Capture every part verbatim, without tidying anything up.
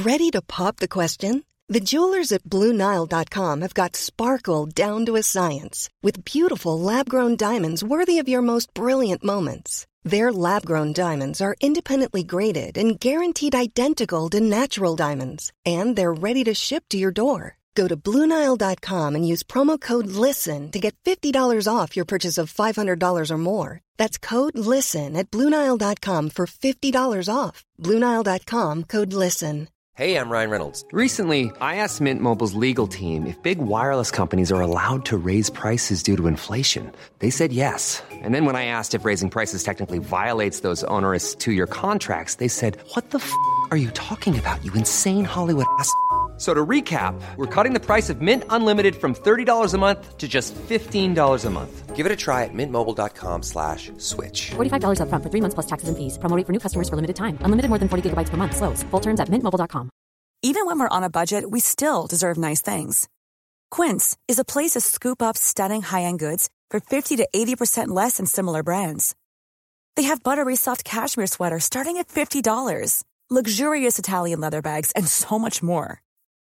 Ready to pop the question? The jewelers at Blue Nile dot com have got sparkle down to a science with beautiful lab-grown diamonds worthy of your most brilliant moments. Their lab-grown diamonds are independently graded and guaranteed identical to natural diamonds, and they're ready to ship to your door. Go to Blue Nile dot com and use promo code LISTEN to get fifty dollars off your purchase of five hundred dollars or more. That's code LISTEN at Blue Nile dot com for fifty dollars off. Blue Nile dot com, code LISTEN. Hey, I'm Ryan Reynolds. Recently, I asked Mint Mobile's legal team if big wireless companies are allowed to raise prices due to inflation. They said yes. And then when I asked if raising prices technically violates those onerous two-year contracts, they said, what the f*** are you talking about, you insane Hollywood ass f- So to recap, we're cutting the price of Mint Unlimited from thirty dollars a month to just fifteen dollars a month. Give it a try at mintmobile.com slash switch. forty-five dollars up front for three months plus taxes and fees. Promo rate for new customers for limited time. Unlimited more than forty gigabytes per month. Slows full terms at mint mobile dot com. Even when we're on a budget, we still deserve nice things. Quince is a place to scoop up stunning high-end goods for fifty to eighty percent less than similar brands. They have buttery soft cashmere sweaters starting at fifty dollars, luxurious Italian leather bags, and so much more.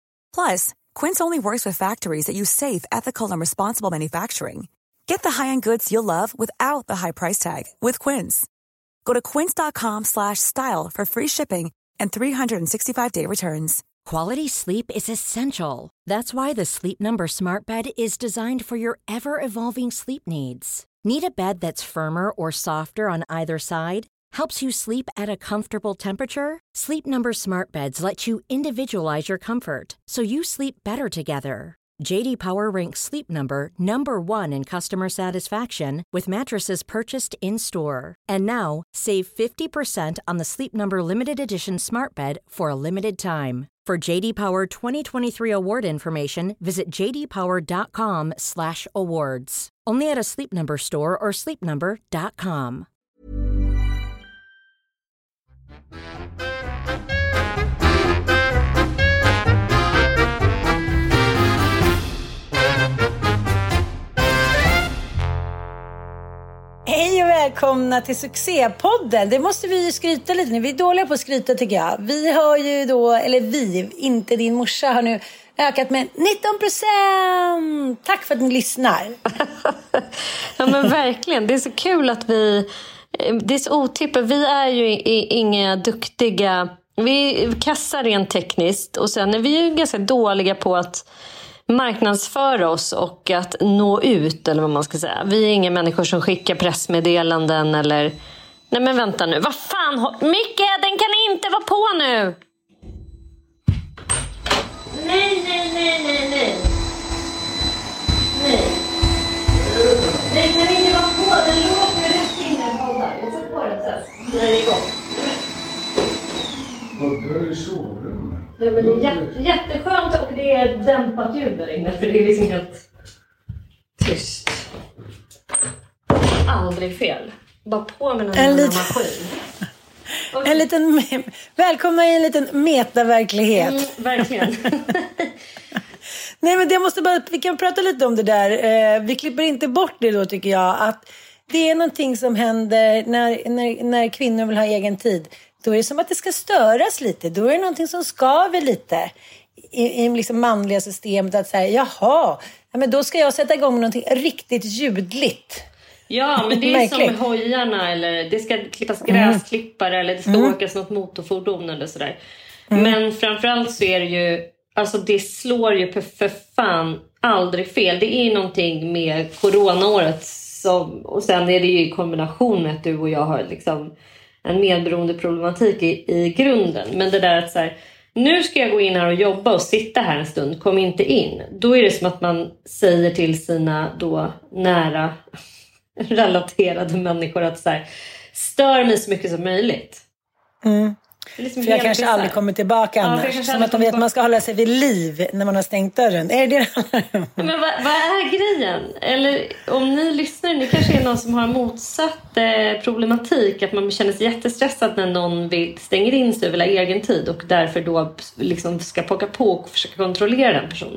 Plus, Quince only works with factories that use safe, ethical, and responsible manufacturing. Get the high-end goods you'll love without the high price tag with Quince. Go to quince.com slash style for free shipping and three sixty-five day returns. Quality sleep is essential. That's why the Sleep Number Smart Bed is designed for your ever-evolving sleep needs. Need a bed that's firmer or softer on either side? Helps you sleep at a comfortable temperature? Sleep Number Smart Beds let you individualize your comfort so you sleep better together. J D Power ranks Sleep Number number one in customer satisfaction with mattresses purchased in-store. And now, save fifty percent on the Sleep Number Limited Edition Smart Bed for a limited time. For J D Power twenty twenty-three award information, visit jdpower.com slash awards. Only at a Sleep Number store or sleep number dot com. Hej och välkomna till Succépodden. Det måste vi ju skryta lite nu. Vi är dåliga på att skryta tycker jag. Vi har ju då, eller vi, inte din morsa, har nu ökat med nitton procent. Tack för att ni lyssnar. Ja men verkligen, det är så kul att vi, det är så otippat. Vi är ju inga duktiga, vi kassar rent tekniskt och sen är vi ju ganska dåliga på att marknadsföra oss och att nå ut, eller vad man ska säga. Vi är inga människor som skickar pressmeddelanden eller... Nej men vänta nu, vad fan, Micke, den kan inte vara på nu. Nej, nej, nej, nej, nej. Nej. Den kan inte vara på, den låter rätt in i podden. Jag sätter på den sen. Den är igång. Vad bör i sovrummet? Ja, men det är jätte, jätteskönt och det är dämpat ljud där inne, för det är liksom helt tyst. Aldrig fel. Bara på med någon en liten maskin. En liten, välkomna i en liten metaverklighet. Mm, verkligen. Nej men det måste bara, vi kan prata lite om det där. Vi klipper inte bort det då tycker jag. Att det är någonting som händer när, när, när kvinnor vill ha egen tid. Då är det som att det ska störas lite. Då är det någonting som skaver lite i, i liksom manliga systemet. Att säga, jaha, ja, men då ska jag sätta igång någonting riktigt ljudligt. Ja, men det är som med hojarna. Eller det ska klippas gräsklippare. Mm. Eller det ska mm. åkas något motorfordon eller sådär. Mm. Men framförallt så är det ju... Alltså det slår ju för, för fan aldrig fel. Det är någonting med coronaåret. Som, och sen är det ju i kombination med att du och jag har liksom... en medberoende problematik i, i grunden. Men det där att så här, nu ska jag gå in här och jobba och sitta här en stund, kom inte in. Då är det som att man säger till sina då nära relaterade människor att så här, stör mig så mycket som möjligt. Mm. Liksom för jag kanske bizarr. aldrig kommer tillbaka annars. Ja, som att de vet att man ska hålla sig vid liv när man har stängt dörren. Är det det? Men vad, vad är grejen? Eller om ni lyssnar, ni kanske är någon som har motsatt eh, problematik. Att man känner sig jättestressad när någon vill, stänger in sig och vill ha egen tid. Och därför då liksom ska plocka på och försöka kontrollera den personen.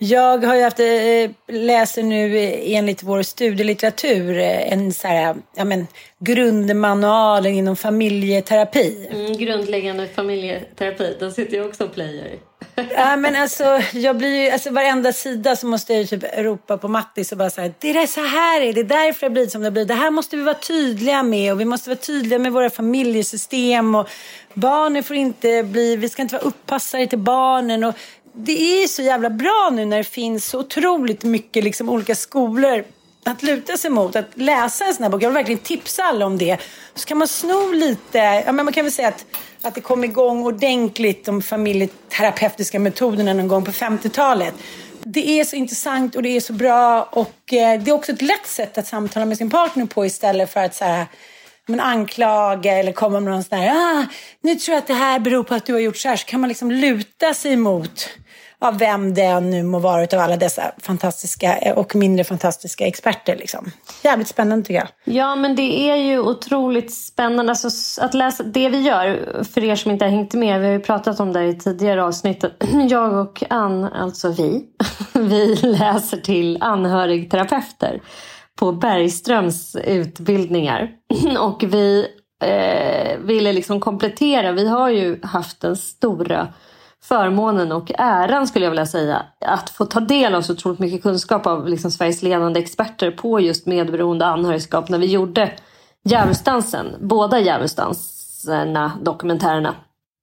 Jag har ju haft, äh, läser nu enligt vår studielitteratur en så här, ja men, grundmanual inom familjeterapi. Mm, grundläggande familjeterapi, den sitter jag också och playar i. Ja, men alltså, jag blir ju, alltså varenda sida så måste jag ju typ ropa på Mattis och bara säga, det är så här är det, är därför det har blivit som det har blivit. Det här måste vi vara tydliga med och vi måste vara tydliga med våra familjesystem och barnen får inte bli, vi ska inte vara uppassare till barnen och det är så jävla bra nu när det finns så otroligt mycket liksom olika skolor att luta sig mot, att läsa en sån här bok. Jag vill verkligen tipsa alla om det. Så kan man sno lite, ja, men man kan väl säga att, att det kom igång ordentligt de familjeterapeutiska metoderna någon gång på femtiotalet. Det är så intressant och det är så bra och eh, det är också ett lätt sätt att samtala med sin partner på istället för att så här, men anklaga eller komma med någon sån här, ah, nu tror jag att det här beror på att du har gjort så här, så kan man liksom luta sig emot av vem det nu må vara utav alla dessa fantastiska och mindre fantastiska experter liksom. Jävligt spännande tycker jag. Ja, men det är ju otroligt spännande alltså, att läsa det vi gör. För er som inte har hängt med, vi har ju pratat om det i tidigare avsnitt. Jag och Ann, alltså vi, vi läser till anhörigterapeuter på Bergströms utbildningar. Och vi eh, ville liksom komplettera. Vi har ju haft den stora förmånen och äran skulle jag vilja säga att få ta del av så otroligt mycket kunskap av liksom Sveriges ledande experter på just medberoende anhörigskap när vi gjorde Djävulsdansen, båda Djävulsdanserna, dokumentärerna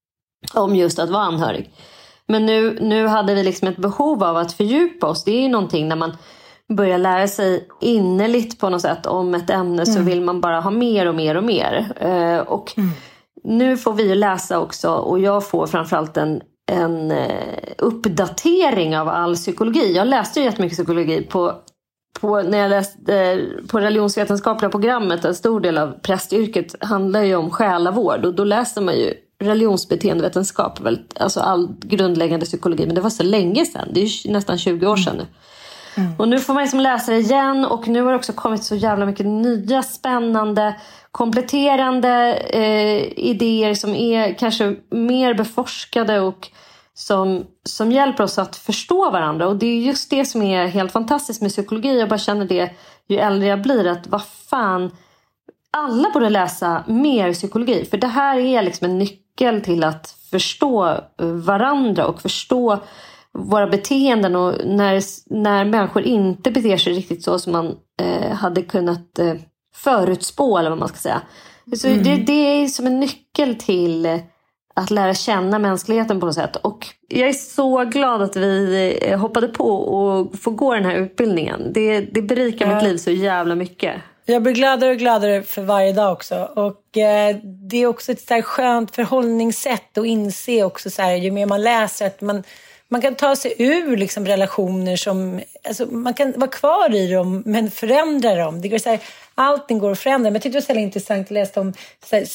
om just att vara anhörig. Men nu, nu hade vi liksom ett behov av att fördjupa oss. Det är ju någonting när man börjar lära sig innerligt på något sätt om ett ämne mm. så vill man bara ha mer och mer och mer. Uh, och mm. nu får vi ju läsa också och jag får framförallt en en uppdatering av all psykologi. Jag läste ju jättemycket psykologi på, på, när jag läste på religionsvetenskapliga programmet. En stor del av prästyrket handlar ju om själavård och då läste man ju religionsbeteendevetenskap, alltså all grundläggande psykologi, men det var så länge sedan, det är ju nästan tjugo år sedan nu. Mm. Och nu får man liksom läsa det igen och nu har det också kommit så jävla mycket nya spännande kompletterande eh, idéer som är kanske mer beforskade och som, som hjälper oss att förstå varandra. Och det är just det som är helt fantastiskt med psykologi. Jag bara känner det ju äldre jag blir, att vad fan, alla borde läsa mer psykologi. För det här är liksom en nyckel till att förstå varandra och förstå våra beteenden. Och när, när människor inte beter sig riktigt så som man eh, hade kunnat eh, förutspå, eller vad man ska säga. Så mm. det, det är som en nyckel till att lära känna mänskligheten på något sätt. Och jag är så glad att vi hoppade på och får gå den här utbildningen. Det, det berikar ja. mitt liv så jävla mycket. Jag blir gladare och gladare för varje dag också. Och eh, det är också ett så här skönt förhållningssätt att inse också så här, ju mer man läser att man, man kan ta sig ur liksom relationer som, alltså man kan vara kvar i dem men förändra dem. Det går så här, allting går att förändra. Men jag tyckte det var så intressant att läsa om så här,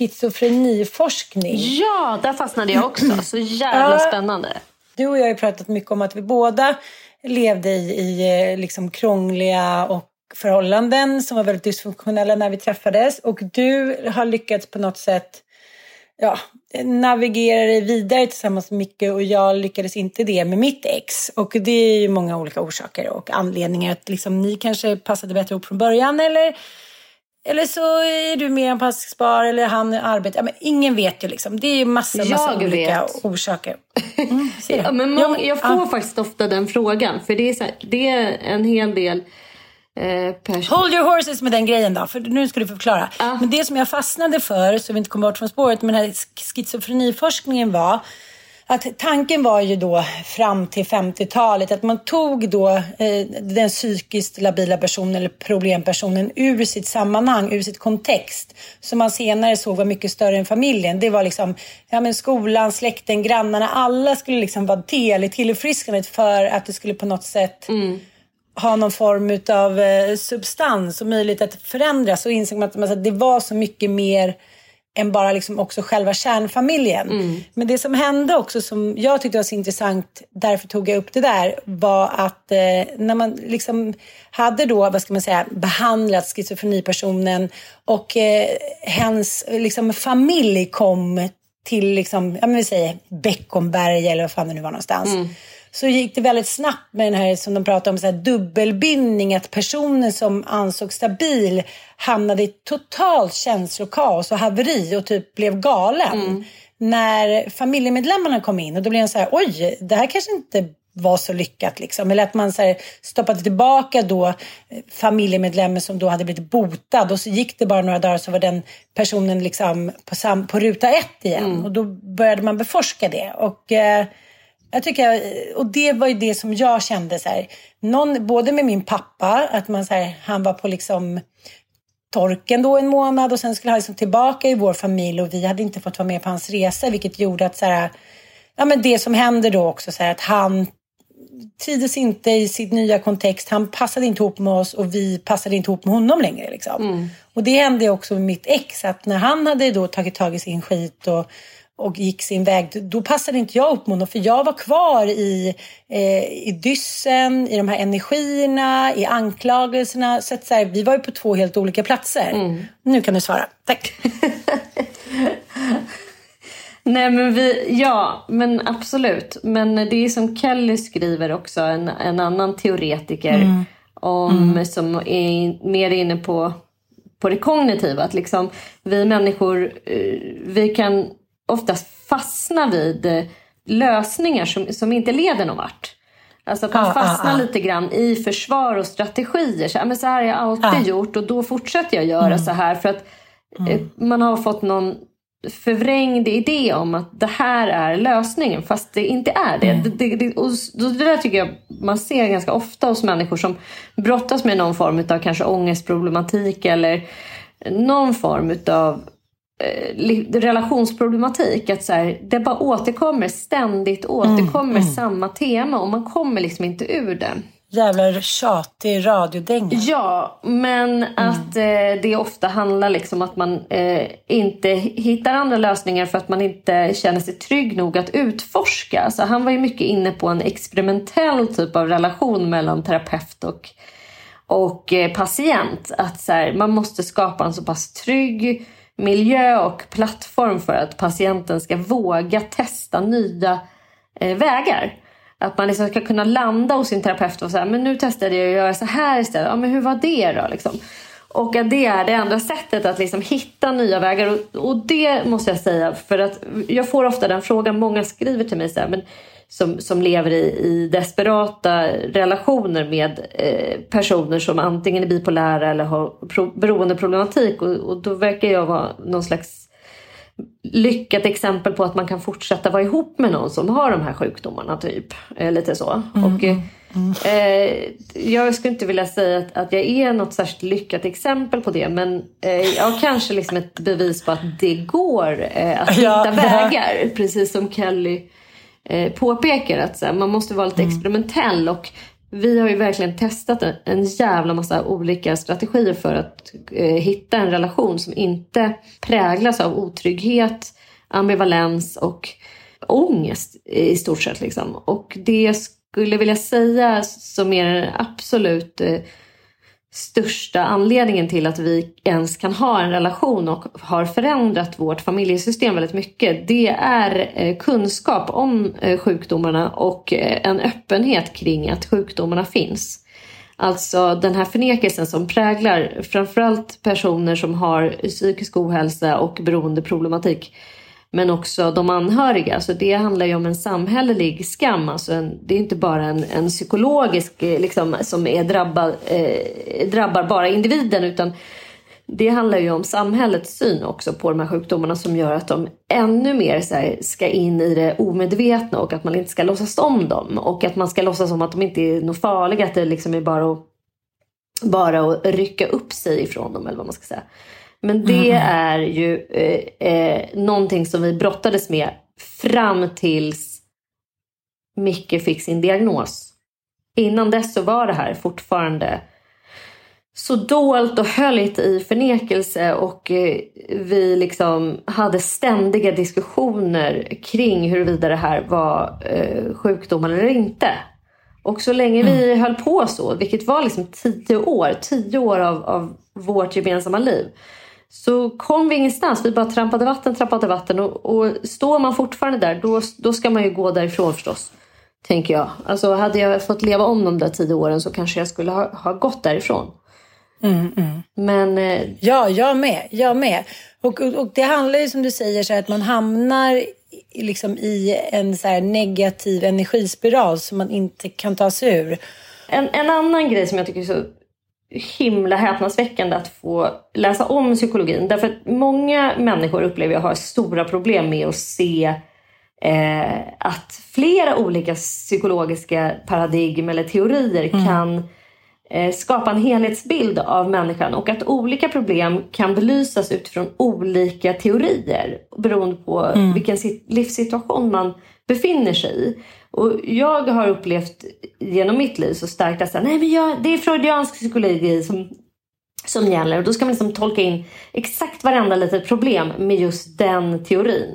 schizofreniforskning. Ja, där fastnade jag också. Så jävla spännande. Du och jag har ju pratat mycket om att vi båda levde i, i liksom krångliga och förhållanden som var väldigt dysfunktionella när vi träffades. Och du har lyckats på något sätt ja, navigera dig vidare tillsammans med Micke, och jag lyckades inte det med mitt ex. Och det är ju många olika orsaker och anledningar. Att liksom, ni kanske passade bättre upp från början, eller... Eller så är du mer anpassningsbar, eller han arbetar. Ja, men ingen vet ju liksom. Det är ju massa, massa jag olika vet. orsaker. Mm, ja, men många, jag får ja. faktiskt ofta den frågan. För det är, så här, det är en hel del eh, person. Hold your horses med den grejen då. För nu ska du förklara. Ja. Men det som jag fastnade för, så vi inte kommer bort från spåret, med den här schizofreniforskningen var... Att tanken var ju då fram till femtiotalet att man tog då eh, den psykiskt labila personen eller problempersonen ur sitt sammanhang, ur sitt kontext, som man senare såg var mycket större än familjen. Det var liksom ja, men skolan, släkten, grannarna, alla skulle liksom vara del i tillfrisknandet för att det skulle på något sätt mm. ha någon form av eh, substans och möjlighet att förändras. Och insåg man att, att det var så mycket mer än bara liksom också själva kärnfamiljen. Mm. Men det som hände också, som jag tyckte var så intressant, därför tog jag upp det där, var att eh, när man liksom hade då, vad ska man säga, behandlat schizofrenipersonen och eh, hens liksom familj kom till liksom, ja men vi säger Beckomberg eller vad fan det nu var någonstans. Mm. så gick det väldigt snabbt med den här som de pratar om, så här dubbelbindning, att personer som ansågs stabil hamnade i totalt känslokaos och haveri och typ blev galen. Mm. När familjemedlemmarna kom in och då blev en så här, oj, det här kanske inte var så lyckat liksom. Eller att man så här stoppade tillbaka då familjemedlemmen som då hade blivit botad och så gick det bara några dagar så var den personen liksom på, sam- på ruta ett igen. Mm. Och då började man beforska det. Och eh, jag tycker, och det var ju det som jag kände så här, någon, både med min pappa, att man så här, han var på liksom torken då en månad och sen skulle han liksom tillbaka i vår familj och vi hade inte fått vara med på hans resa, vilket gjorde att så här, ja men det som händer då också så här, att han trivdes inte i sitt nya kontext, han passade inte ihop med oss och vi passade inte ihop med honom längre liksom. Mm. Och det hände också med mitt ex, att när han hade då tagit tag i sin skit och och gick sin väg, då passade inte jag upp med honom, för jag var kvar i, eh, i dyssen, i de här energierna, i anklagelserna, så att så här, vi var ju på två helt olika platser. Mm. Nu kan du svara, tack. Nej men vi, ja men absolut, men det är som Kelly skriver också, en, en annan teoretiker mm. om mm. som är mer inne på, på det kognitiva, att liksom vi människor, vi kan oftast fastna vid lösningar som, som inte leder någon vart. Alltså att man ah, fastnar ah, ah. lite grann i försvar och strategier. Så, men så här har jag alltid ah. gjort och då fortsätter jag göra mm. så här. För att mm. eh, man har fått någon förvrängd idé om att det här är lösningen. Fast det inte är det. Mm. det, det, det och det där tycker jag man ser ganska ofta hos människor som brottas med någon form av kanske ångestproblematik. Eller någon form av relationsproblematik, att så här, det bara återkommer ständigt återkommer mm, mm. samma tema och man kommer liksom inte ur det. Jävlar tjatig radiodänga. Ja, men mm. att eh, det ofta handlar liksom att man eh, inte hittar andra lösningar för att man inte känner sig trygg nog att utforska. Så han var ju mycket inne på en experimentell typ av relation mellan terapeut och och eh, patient, att så här, man måste skapa en så pass trygg miljö och plattform för att patienten ska våga testa nya eh, vägar. Att man liksom ska kunna landa hos sin terapeut och säga, men nu testade jag att göra så här istället. Ja, men hur var det då? Liksom. Och att det är det enda sättet att liksom hitta nya vägar. Och, och det måste jag säga, för att jag får ofta den frågan, många skriver till mig så här, men som, som lever i, i desperata relationer med eh, personer som antingen är bipolära eller har pro, beroendeproblematik. Och, och då verkar jag vara någon slags lyckat exempel på att man kan fortsätta vara ihop med någon som har de här sjukdomarna typ. Eh, lite så. Mm. Och mm. eh, jag skulle inte vilja säga att, att jag är något särskilt lyckat exempel på det. Men eh, jag har kanske liksom ett bevis på att det går eh, att hitta ja, vägar. Ja. Precis som Kelly eh, påpekar. Att så här, man måste vara lite mm. experimentell. Och vi har ju verkligen testat en, en jävla massa olika strategier för att eh, hitta en relation som inte präglas av otrygghet, ambivalens och ångest i stort sett. Liksom. Och det jag skulle vilja säga som är den absolut eh, största anledningen till att vi ens kan ha en relation och har förändrat vårt familjesystem väldigt mycket, det är eh, kunskap om eh, sjukdomarna och eh, en öppenhet kring att sjukdomarna finns. Alltså den här förnekelsen som präglar framförallt personer som har psykisk ohälsa och beroendeproblematik, men också de anhöriga. Så det handlar ju om en samhällelig skam. Alltså en, det är inte bara en, en psykologisk liksom, som är drabbad, eh, drabbar bara individen, utan det handlar ju om samhällets syn också på de här sjukdomarna som gör att de ännu mer så här, ska in i det omedvetna och att man inte ska låtsas om dem. Och att man ska låtsas om att de inte är något farliga, att det liksom är bara att, bara att rycka upp sig ifrån dem eller vad man ska säga. Men det mm. är ju eh, eh, någonting som vi brottades med fram tills Micke fick sin diagnos. Innan dess så var det här fortfarande så dolt och höljt i förnekelse, och eh, vi liksom hade ständiga diskussioner kring huruvida det här var eh, sjukdom eller inte. Och så länge mm. vi höll på så, vilket var liksom tio år, tio år av, av vårt gemensamma liv, så kom vi ingenstans. Vi bara trampade vatten, trampade vatten. Och, och står man fortfarande där, då, då ska man ju gå därifrån förstås. tänker jag. Alltså hade jag fått leva om de där tio åren så kanske jag skulle ha, ha gått därifrån. Mm, mm. Men... Eh... Ja, jag med. Jag med. Och, och, och det handlar ju som du säger så här, att man hamnar i, liksom, i en så här negativ energispiral som man inte kan ta sig ur. En, en annan grej som jag tycker är så himla häpnadsväckande att få läsa om psykologin. Därför att många människor upplever jag har stora problem med att se eh, att flera olika psykologiska paradigm eller teorier mm. kan eh, skapa en helhetsbild av människan. Och att olika problem kan belysas utifrån olika teorier beroende på mm. vilken livssituation man befinner sig i. Och jag har upplevt genom mitt liv så starkt att säga, nej men jag, det är freudiansk psykologi som, som gäller. Och då ska man liksom tolka in exakt varenda litet problem med just den teorin.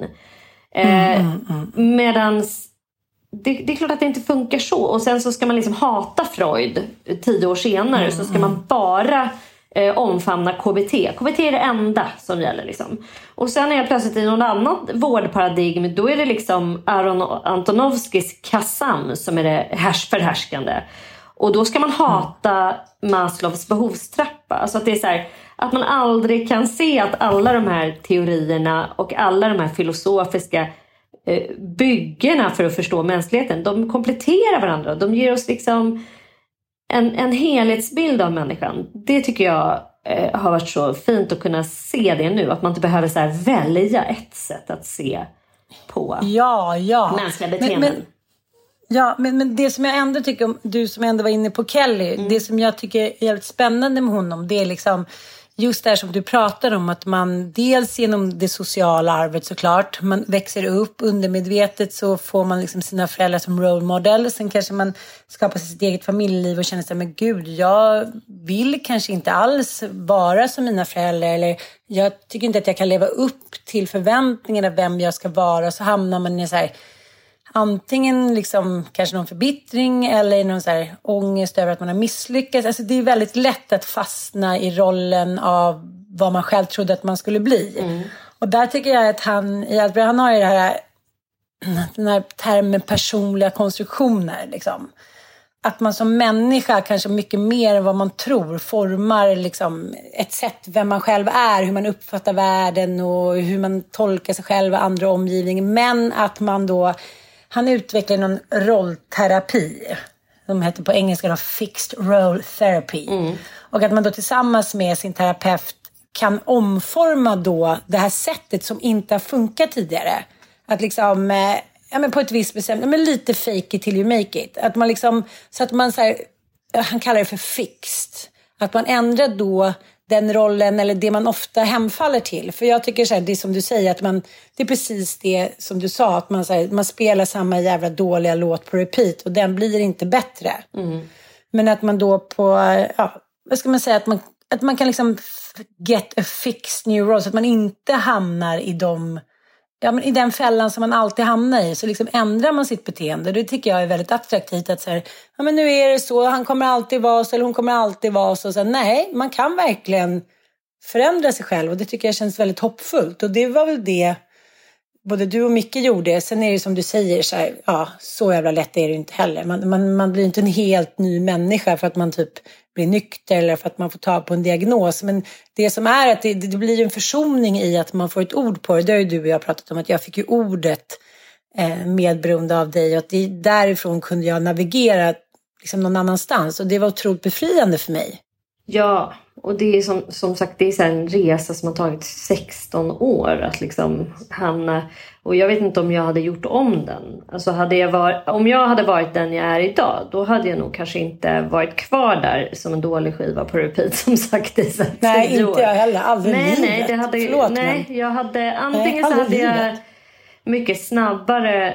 Mm, eh, mm, mm. Medans det, det är klart att det inte funkar så. Och sen så ska man liksom hata Freud tio år senare. Mm, så ska man bara eh, omfamna K B T. K B T är det enda som gäller liksom. Och sen är jag plötsligt i något annat vårdparadigm. Då är det liksom Aaron Antonovskis Kassam som är det härs- förhärskande. Och då ska man hata Maslows behovstrappa. Alltså att det är så här, att man aldrig kan se att alla de här teorierna och alla de här filosofiska eh, byggena för att förstå mänskligheten, de kompletterar varandra. De ger oss liksom en, en helhetsbild av människan. Det tycker jag eh, har varit så fint att kunna se det nu. Att man inte behöver så här välja ett sätt att se på ja, ja. mänskliga beteenden. Men, men... Ja, men, men det som jag ändå tycker om, du som ändå var inne på Kelly, mm. det som jag tycker är jävligt spännande med honom, det är liksom just det här som du pratar om, att man dels genom det sociala arvet såklart, man växer upp undermedvetet, så får man liksom sina föräldrar som role model, sen kanske man skapar sitt eget familjeliv och känner sig, men gud, jag vill kanske inte alls vara som mina föräldrar, eller jag tycker inte att jag kan leva upp till förväntningarna vem jag ska vara, så hamnar man i så här antingen liksom kanske någon förbittring eller någon så här ångest över att man har misslyckats. Alltså det är väldigt lätt att fastna i rollen av vad man själv trodde att man skulle bli. Mm. Och där tycker jag att han, han har ju det här, den här termen personliga konstruktioner liksom. Att man som människa kanske mycket mer än vad man tror formar liksom ett sätt vem man själv är, hur man uppfattar världen och hur man tolkar sig själv och andra omgivningen. Men att man då, han utvecklar någon rollterapi som heter på engelska då fixed role therapy. Mm. Och att man då tillsammans med sin terapeut kan omforma då det här sättet som inte har funkat tidigare. Att liksom, ja men på ett visst bestämt, men lite fake it till you make it. Att man liksom, så att man så här, han kallar det för fixed. Att man ändrar då den rollen eller det man ofta hemfaller till. För jag tycker så här, det är som du säger, att man, det är precis det som du sa, att man, så här, man spelar samma jävla dåliga låt på repeat och den blir inte bättre. Mm. Men att man då på, ja, vad ska man säga, att man, att man kan liksom get a fixed new role så att man inte hamnar i de, ja, men i den fällan som man alltid hamnar i, så liksom ändrar man sitt beteende. Det tycker jag är väldigt attraktivt, att så här, ja men nu är det så, han kommer alltid vara så, eller hon kommer alltid vara så. Så här, nej, man kan verkligen förändra sig själv, och det tycker jag känns väldigt hoppfullt. Och det var väl det både du och Micke gjorde. Sen är det som du säger, så här, ja, så jävla lätt är det inte heller. Man, man, man blir inte en helt ny människa för att man typ blir nykter eller för att man får ta på en diagnos. Men det som är att det, det blir en försoning i att man får ett ord på det. Det har ju du och jag pratat om, att jag fick ju ordet eh, medberoende av dig. Och att det, därifrån kunde jag navigera liksom någon annanstans. Och det var otroligt befriande för mig. Ja, och det är som, som sagt, det är så här en resa som har tagit sexton år att liksom hamna. Och jag vet inte om jag hade gjort om den. Alltså hade jag varit, om jag hade varit den jag är idag, då hade jag nog kanske inte varit kvar där som en dålig skiva på repeat, som sagt, i så här nej, tio år. Inte jag heller, aldrig nej, livet. Nej, det hade, Förlåt, nej men... jag hade antingen nej, så hade jag livet. mycket snabbare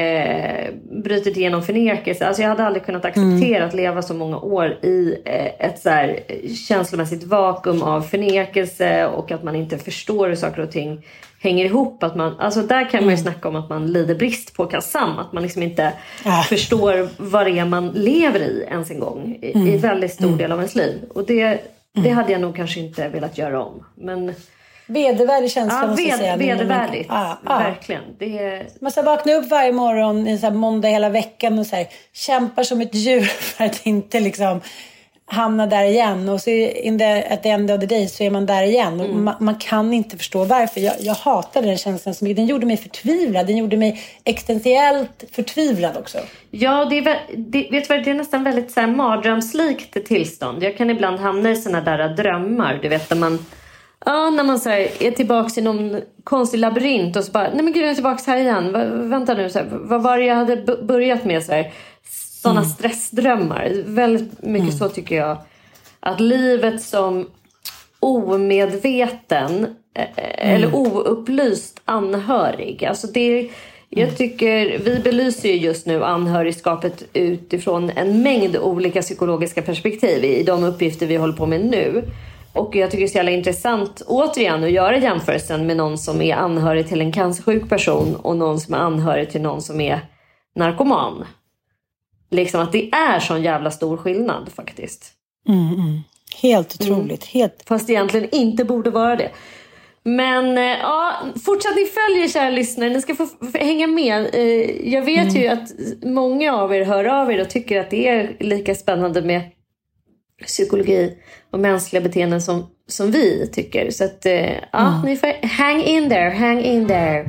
eh, brutit igenom förnekelse. Alltså jag hade aldrig kunnat acceptera mm. att leva så många år i eh, ett så här känslomässigt vakuum av förnekelse, och att man inte förstår hur saker och ting hänger ihop. Att man, alltså där kan man ju snacka om att man lider brist på Kassam, att man liksom inte äh. förstår vad det är man lever i ens en gång i, mm. i väldigt stor mm. del av ens liv. Och det, det hade jag nog kanske inte velat göra om. Men Vedervärdig känsla, ja, måste jag säga. Vedervärdigt, ja, ja. verkligen. Det är... Man ska vakna upp varje morgon, en så här måndag hela veckan och så här, kämpar som ett djur för att inte liksom hamna där igen. Och så in the, at the end of the day så är man där igen. Och mm. man, man kan inte förstå varför. Jag, jag hatar den känslan så mycket. Den gjorde mig förtvivlad. Den gjorde mig existentiellt förtvivlad också. Ja, det är, det, vet du vad, det är nästan väldigt så här mardrömslikt tillstånd. Jag kan ibland hamna i såna där drömmar. Du vet, när man, ja, när man så här, är tillbaka i någon konstig labyrint och så bara, nej men gud, jag är tillbaka här igen. Va, vänta nu, så här, vad var det jag hade b- börjat med så här? Sådana mm. stressdrömmar. Väldigt mycket mm. så tycker jag. Att livet som omedveten mm. eller oupplyst anhörig. Alltså det, jag tycker, vi belyser ju just nu anhörigskapet utifrån en mängd olika psykologiska perspektiv i de uppgifter vi håller på med nu. Och jag tycker det är så jävla intressant återigen att göra jämförelsen med någon som är anhörig till en cancersjuk person och någon som är anhörig till någon som är narkoman. Liksom att det är sån jävla stor skillnad faktiskt. Mm, mm. Helt otroligt. Mm. Helt... Fast egentligen inte borde vara det. Men ja, fortsatt ni följer, kära lyssnare. Ni ska få f- hänga med. Jag vet mm. ju att många av er hör av er och tycker att det är lika spännande med psykologi och mänskliga beteenden som, som vi tycker. Så att ja, mm. ni får hang in there, hang in there.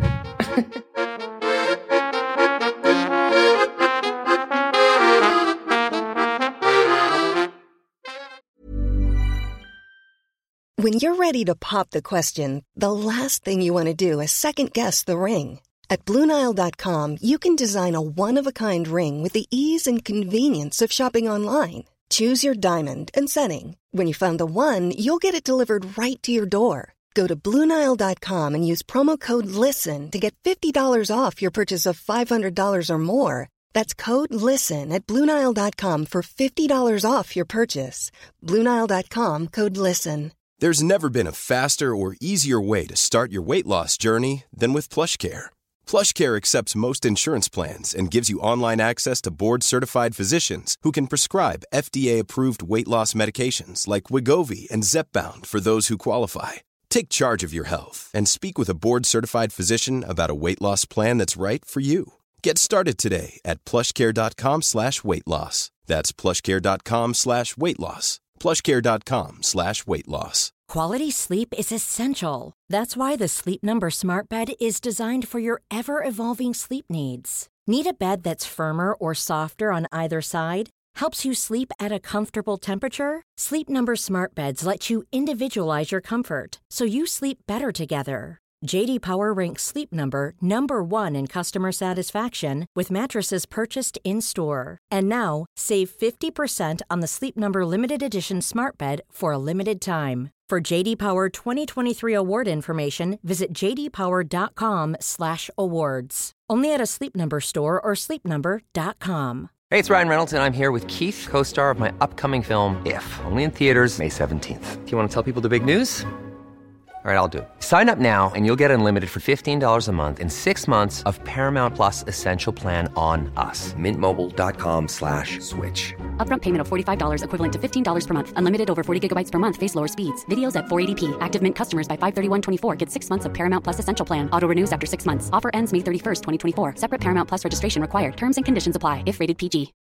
When you're ready to pop the question, the last thing you want to do is second-guess the ring. At Blue Nile dot com, you can design a one-of-a-kind ring with the ease and convenience of shopping online. Choose your diamond and setting. When you find the one, you'll get it delivered right to your door. Go to Blue Nile dot com and use promo code LISTEN to get fifty dollars off your purchase of five hundred dollars or more. That's code LISTEN at Blue Nile dot com for fifty dollars off your purchase. Blue Nile dot com, code LISTEN. There's never been a faster or easier way to start your weight loss journey than with PlushCare. PlushCare accepts most insurance plans and gives you online access to board-certified physicians who can prescribe F D A-approved weight loss medications like Wegovy and Zepbound for those who qualify. Take charge of your health and speak with a board-certified physician about a weight loss plan that's right for you. Get started today at plushcare.com slash weight loss. That's plushcare.com slash weight loss. plushcare.com slash weight loss. Quality sleep is essential. That's why the Sleep Number Smart Bed is designed for your ever-evolving sleep needs. Need a bed that's firmer or softer on either side? Helps you sleep at a comfortable temperature? Sleep Number Smart Beds let you individualize your comfort, so you sleep better together. J D Power ranks Sleep Number number one in customer satisfaction with mattresses purchased in-store. And now, save fifty percent on the Sleep Number Limited Edition Smart Bed for a limited time. For J D Power twenty twenty-three award information, visit j d power dot com slash awards. Only at a Sleep Number store or sleep number dot com. Hey, it's Ryan Reynolds, and I'm here with Keith, co-star of my upcoming film, If, only in theaters May seventeenth. Do you want to tell people the big news? All right, I'll do it. Sign up now and you'll get unlimited for fifteen dollars a month and six months of Paramount Plus Essential Plan on us. Mint Mobile dot com slash switch. Upfront payment of forty-five dollars equivalent to fifteen dollars per month. Unlimited over forty gigabytes per month. Face lower speeds. Videos at four eighty p. Active Mint customers by five thirty-one twenty-four get six months of Paramount Plus Essential Plan. Auto renews after six months. Offer ends May thirty-first, twenty twenty-four. Separate Paramount Plus registration required. Terms and conditions apply if rated P G.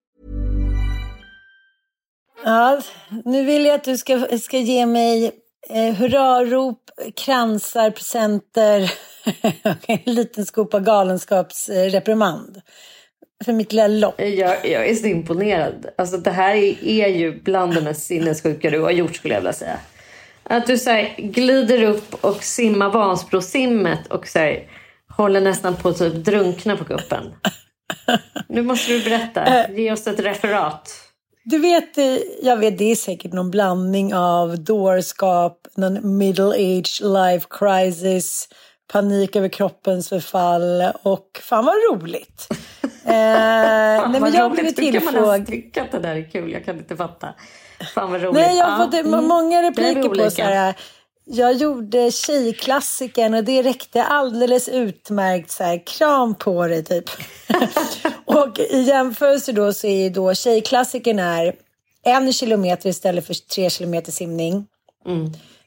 Ja, nu vill jag att du ska, ska ge mig eh, hurrarop, kransar, presenter en liten skopa galenskapsreprimand eh, för mitt lilla lopp. Jag, jag är så imponerad. Alltså det här är, är ju bland de mest sinnessjuka du har gjort, skulle jag vilja säga. Att du så här, glider upp och simmar Vansbrosimmet och så här, håller nästan på att typ drunkna på kuppen. Nu måste du berätta. Ge oss ett referat. Du vet, jag vet, det är säkert någon blandning av dårskap, någon middle age life crisis, panik över kroppens förfall och fan vad roligt. eh, fan, nej, vad men jag roligt. blev Hur kan man ens tillfrågad. tycka att det där är kul? Jag kan inte fatta. Fan vad roligt. Nej, jag har ja. fått mm. många repliker på så här. Jag gjorde tjejklassiken och det räckte alldeles utmärkt, så här, kram på dig typ. Och i jämförelse då så är då tjejklassiken är en kilometer istället för tre kilometer simning. Mm.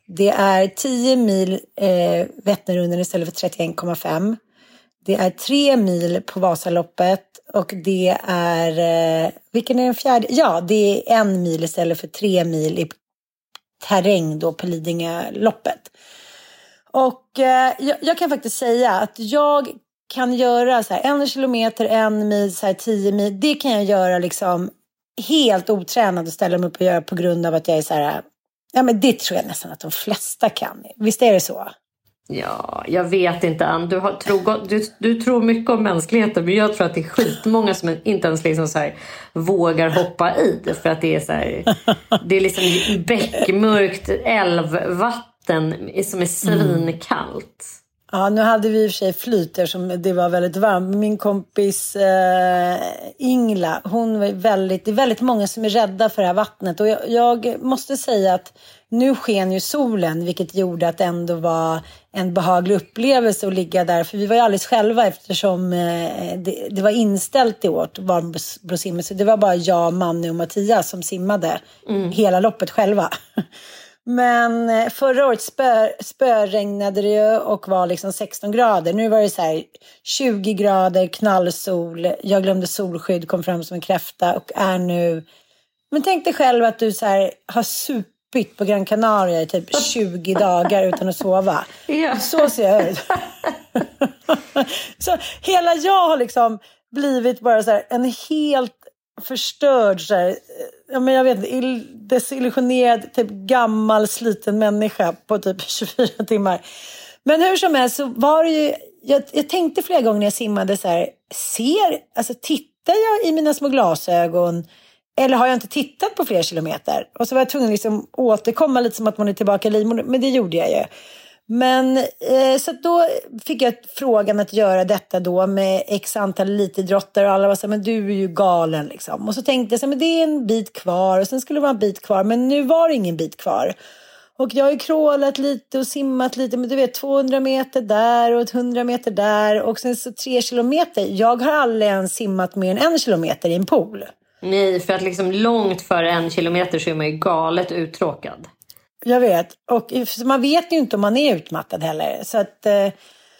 Det är tio mil eh, Vätternrundan istället för trettioen komma fem. Det är tre mil på Vasaloppet och det är, eh, vilken är den fjärde? Ja, det är en mil istället för tre mil i terräng då på Lidingöloppet. Och eh, jag, jag kan faktiskt säga att jag kan göra så här en kilometer, en mil, så här tio mil. Det kan jag göra liksom helt otränad och ställa mig upp och göra på grund av att jag är så här, ja men det tror jag nästan att de flesta kan. Visst är det så? Ja, jag vet inte, Ann. Du, har, tro, du, du tror mycket om mänskligheten, men jag tror att det är skitmånga som inte ens liksom så här vågar hoppa i det. För att det är så här, det är liksom bäckmörkt älvvatten som är svinkallt. Ja, nu hade vi i och för sig flyter som det var väldigt varmt. Min kompis eh, Ingla, hon var väldigt, det är väldigt många som är rädda för det här vattnet. Och jag, jag måste säga att nu sken ju solen, vilket gjorde att det ändå var en behaglig upplevelse att ligga där. För vi var ju alldeles själva eftersom eh, det, det var inställt i år, varmbrossimmet. Så det var bara jag, Manne och Mattias som simmade mm. hela loppet själva. Men förra året spö, spöregnade det ju och var liksom sexton grader. Nu var det så här tjugo grader, knallsol. Jag glömde solskydd, kom fram som en kräfta och är nu... Men tänk dig själv att du så här har supit på Gran Canaria i typ tjugo dagar utan att sova. Ja. Så ser jag ut. Så hela jag har liksom blivit bara så här en helt förstörd så här, ja men jag vet inte, desillusionerad typ gammal sliten människa på typ tjugofyra timmar. Men hur som helst så var det ju, jag, jag tänkte flera gånger när jag simmade så här, ser, alltså tittar jag i mina små glasögon eller har jag inte tittat på flera kilometer? Och så var jag tvungen liksom återkomma lite som att man är tillbaka i livmodern, men det gjorde jag ju. Men eh, så då fick jag frågan att göra detta då med x antal elitidrottare och alla var så här, men du är ju galen liksom. Och så tänkte jag så här, men det är en bit kvar och sen skulle det vara en bit kvar, men nu var det ingen bit kvar. Och jag har ju krålat lite och simmat lite, men du vet tvåhundra meter där och hundra meter där och sen så tre kilometer. Jag har aldrig ens simmat mer än en kilometer i en pool. Nej, för att liksom långt före en kilometer så är man ju galet uttråkad. Jag vet. Och man vet ju inte om man är utmattad heller. Så att, eh,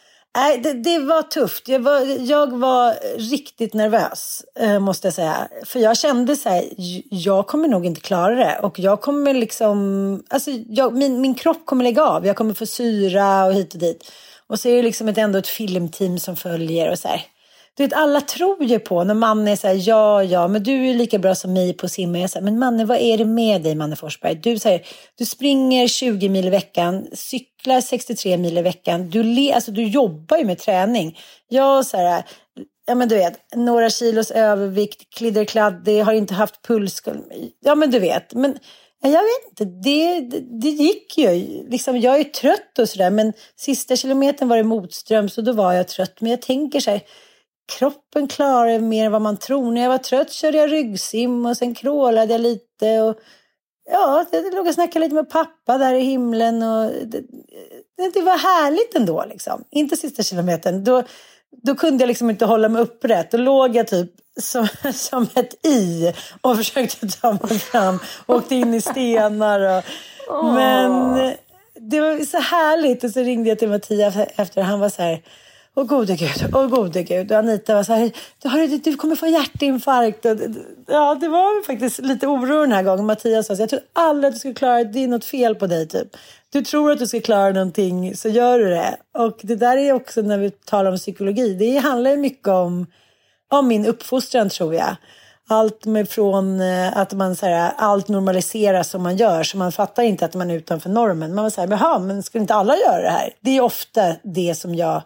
det, det var tufft. Jag var, jag var riktigt nervös, eh, måste jag säga. För jag kände så här, jag kommer nog inte klara det. Och jag kommer liksom, alltså jag, min, min kropp kommer lägga av. Jag kommer få syra och hit och dit. Och så är det liksom ett, ändå ett filmteam som följer och så här. Du vet, alla tror ju på när man är så här, ja, ja, men du är lika bra som mig på att simma. Jag säger, men Manne, vad är det med dig, Manne Forsberg? Du säger, du springer tjugo mil i veckan, cyklar sextiotre mil i veckan. Du, le, alltså, du jobbar ju med träning. Jag så här, ja men du vet, några kilos övervikt, klidderkladdig, har inte haft puls. Ja men du vet, men jag vet inte, det, det, det gick ju. Liksom, jag är trött och sådär, men sista kilometern var det motström så då var jag trött. Men jag tänker så här, kroppen klarar mer än vad man tror. När jag var trött körde jag ryggsim och sen krålade jag lite. Och ja, jag låg och snackade lite med pappa där i himlen. Och det, det var härligt ändå liksom. Inte sista kilometern. Då, då kunde jag liksom inte hålla mig upprätt. Då låg jag typ som, som ett i och försökte ta mig fram. Åkte in i stenar. Och, oh. Men det var så härligt. Och så ringde jag till Mattias efter. Han var så här... Åh gode gud, åh gode gud. Och Anita var så här, du, du kommer få hjärtinfarkt. Och, ja, det var faktiskt lite oro den här gången. Mattias sa, jag tror aldrig att du ska klara det. Det är något fel på dig typ. Du tror att du ska klara någonting, så gör du det. Och det där är också när vi talar om psykologi. Det handlar mycket om, om min uppfostran tror jag. Allt med från att man så här, allt normaliseras som man gör. Så man fattar inte att man är utanför normen. Man var så här, jaha, men ska inte alla göra det här? Det är ofta det som jag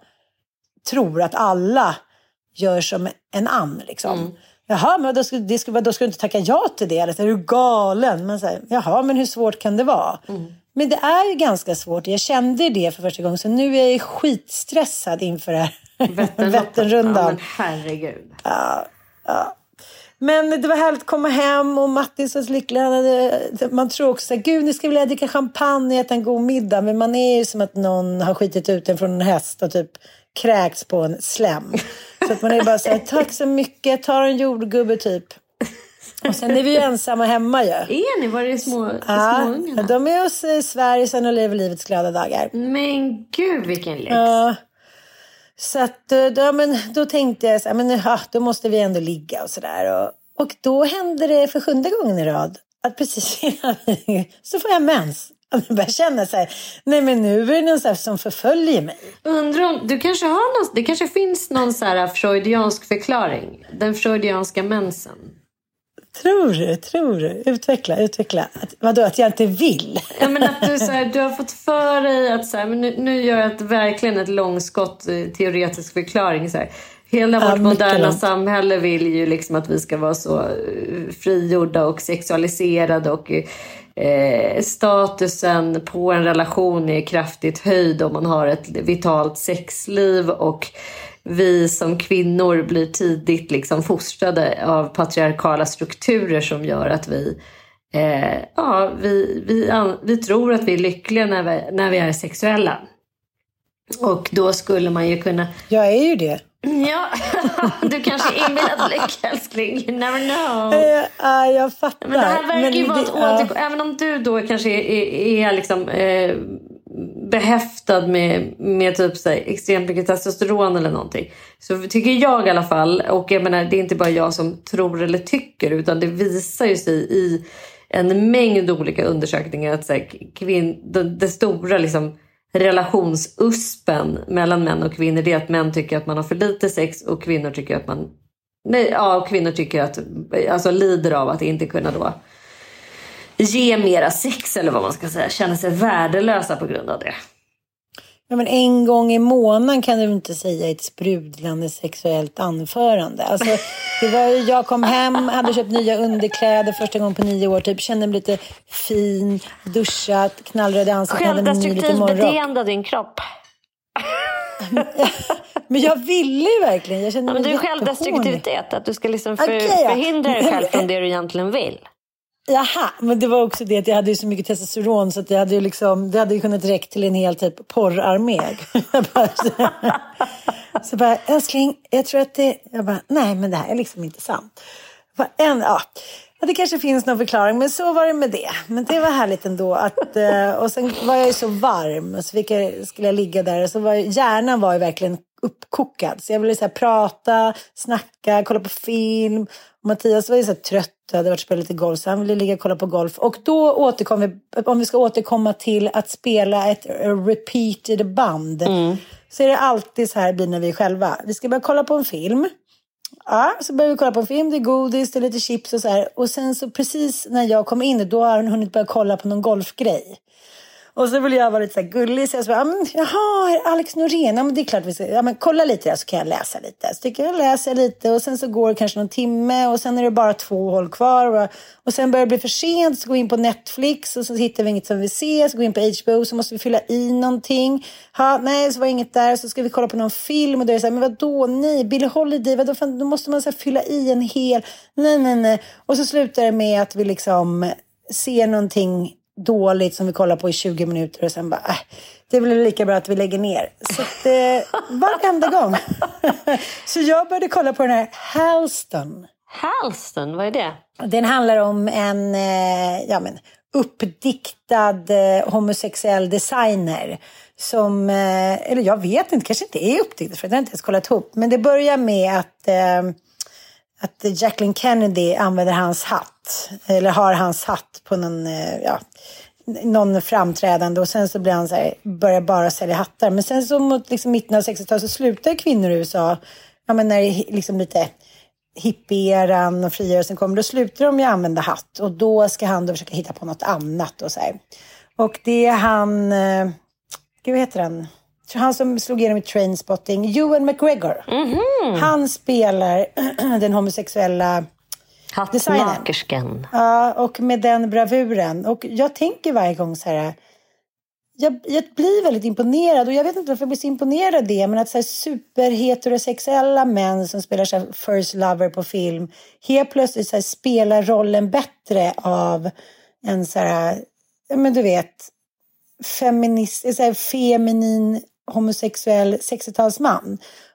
tror att alla gör som en ann liksom. Mm. Jaha, men då ska, det ska, då ska du inte tacka ja till det. Eller är du galen? Man säger, jaha, men hur svårt kan det vara? Mm. Men det är ju ganska svårt. Jag kände det för första gången. Så nu är jag skitstressad inför det här Vätternrundan. Ja, men herregud. Ja, ja. Men det var härligt att komma hem och Mattis och lyckliga. Man tror också att gud, nu ska vi vilja dricka champagne och äta en god middag. Men man är ju som att någon har skitit ut en från en häst och typ kräks på en slem. Så att man är bara så här, tack så mycket, tar en jordgubbe typ. Och sen är vi ju ensamma hemma ju. Är ni? Var det små, ja, små ungarna? De är hos eh, Sverige sen och lever livets glada dagar. Men gud, vilken lyx. Ja. Så att, då, men, då tänkte jag så här, men ja, då måste vi ändå ligga och sådär. Och, och då hände det för sjunde gången i rad att precis innan så får jag mens. Och jag börjar känna så här, nej men nu är det någon så här som förföljer mig. Undrar om, du kanske har någon, det kanske finns någon så här freudiansk förklaring. Den freudianska mensen. Tror du, tror du? Utveckla, utveckla. Att, vadå, att jag inte vill? Ja, men att du, så här, du har fått för dig att så här, men nu, nu gör jag ett, verkligen ett långskott teoretisk förklaring. Så här. Hela vårt ja, moderna långt. samhälle vill ju liksom att vi ska vara så frigjorda och sexualiserade och eh, statusen på en relation är kraftigt höjd om man har ett vitalt sexliv och vi som kvinnor blir tidigt liksom fostrade av patriarkala strukturer som gör att vi, eh, ja, vi, vi, vi tror att vi är lyckliga när vi, när vi är sexuella. Och då skulle man ju kunna... Jag är ju det. Ja, du kanske är inbillad lyck, älskling. You never know. Ja, jag fattar. Men det här verkar ju vara ett återgå... ja. Även om du då kanske är, är, är liksom... Eh, behäftad med, med typ så här, extremt mycket testosteron eller någonting. Så tycker jag i alla fall, och jag menar det är inte bara jag som tror eller tycker utan det visar ju sig i en mängd olika undersökningar att så här, kvinn, det, det stora liksom relationsuspen mellan män och kvinnor det är att män tycker att man har för lite sex och kvinnor tycker att man nej, ja, och kvinnor tycker att alltså lider av att inte kunna då ge mera sex eller vad man ska säga. Känner sig värdelösa på grund av det. Ja, men en gång i månaden kan du inte säga ett sprudlande sexuellt anförande. Alltså, det var ju, jag kom hem, hade köpt nya underkläder första gången på nio år. Typ, kände mig lite fin, duschat, knallröd i ansiktet. Självdestruktivt beteende av din kropp. Men jag ville ju verkligen. Jag kände ja, men mig det är självdestruktivitet. Att du ska liksom för, okay, ja. förhindra dig själv från det du egentligen vill. Jaha, men det var också det att jag hade ju så mycket testosteron så att jag hade ju liksom, det hade ju kunnat räcka till en hel typ porrarmé. Så bara, älskling, jag tror att det, jag bara, nej men det här är liksom inte sant. Bara, en, ja, det kanske finns någon förklaring, men så var det med det. Men det var härligt ändå att, och sen var jag ju så varm och så fick jag, skulle jag ligga där och så var hjärnan var ju verkligen uppkokad. Så jag ville så här prata, snacka, kolla på film. Och Mattias var ju så här trött och hade varit spelat lite golf så han ville ligga och kolla på golf. Och då återkom vi, om vi ska återkomma till att spela ett repeated band. Mm. Så är det alltid så här blir när vi är själva. Vi ska börja kolla på en film. Ja, så börjar vi kolla på en film, det är godis, det är lite chips och så här. Och sen så precis när jag kom in, då har hon hunnit börja kolla på någon golfgrej. Och så ville jag vara lite så här gullig. Så jag så bara, jaha, Alex Norén. Ja, men det är klart vi ska, ja, men kolla lite där så kan jag läsa lite. Så tycker jag läser lite och sen så går det kanske någon timme. Och sen är det bara två håll kvar. Och, och sen börjar det bli för sent. Så går vi in på Netflix och så hittar vi inget som vi ser. Så går vi in på H B O så måste vi fylla i någonting. Ha, nej, så var inget där. Så ska vi kolla på någon film. Och då är det så här, men vadå, nej, Billie Holiday. Vadå, fan, då måste man så här fylla i en hel. Nej, nej, nej. Och så slutar det med att vi liksom ser någonting dåligt som vi kollar på i tjugo minuter och sen bara, äh, det blir lika bra att vi lägger ner. Så att, eh, varenda gång. Så jag började kolla på den här Halston. Halston, vad är det? Den handlar om en eh, ja, men, uppdiktad eh, homosexuell designer som, eh, eller jag vet inte, kanske inte är uppdiktad för jag har inte ens kollat ihop. Men det börjar med att eh, att Jacqueline Kennedy använder hans hatt. Eller har hans hatt på någon, ja, någon framträdande. Och sen så blir han så här, börjar bara sälja hattar. Men sen så mot liksom mitten av sextiotalet så slutar kvinnor i U S A. Ja, men när det är liksom lite hippieran och frigörelsen kommer. Då slutar de ju använda hatt. Och då ska han då försöka hitta på något annat. Och, så här. Och det är han, eh, vad heter han? Han som slog igenom i Trainspotting, Ewan McGregor. Mm-hmm. Han spelar den homosexuella hattmakerskan. Ja, och med den bravuren. Och jag tänker varje gång så här, jag, jag blir väldigt imponerad. Och jag vet inte varför jag blir så imponerad av det. Men att så här superheterosexuella män som spelar så här first lover på film helt plötsligt så här spelar rollen bättre av en så här, men du vet, feminist, så här feminin homosexuell sextiotalsman.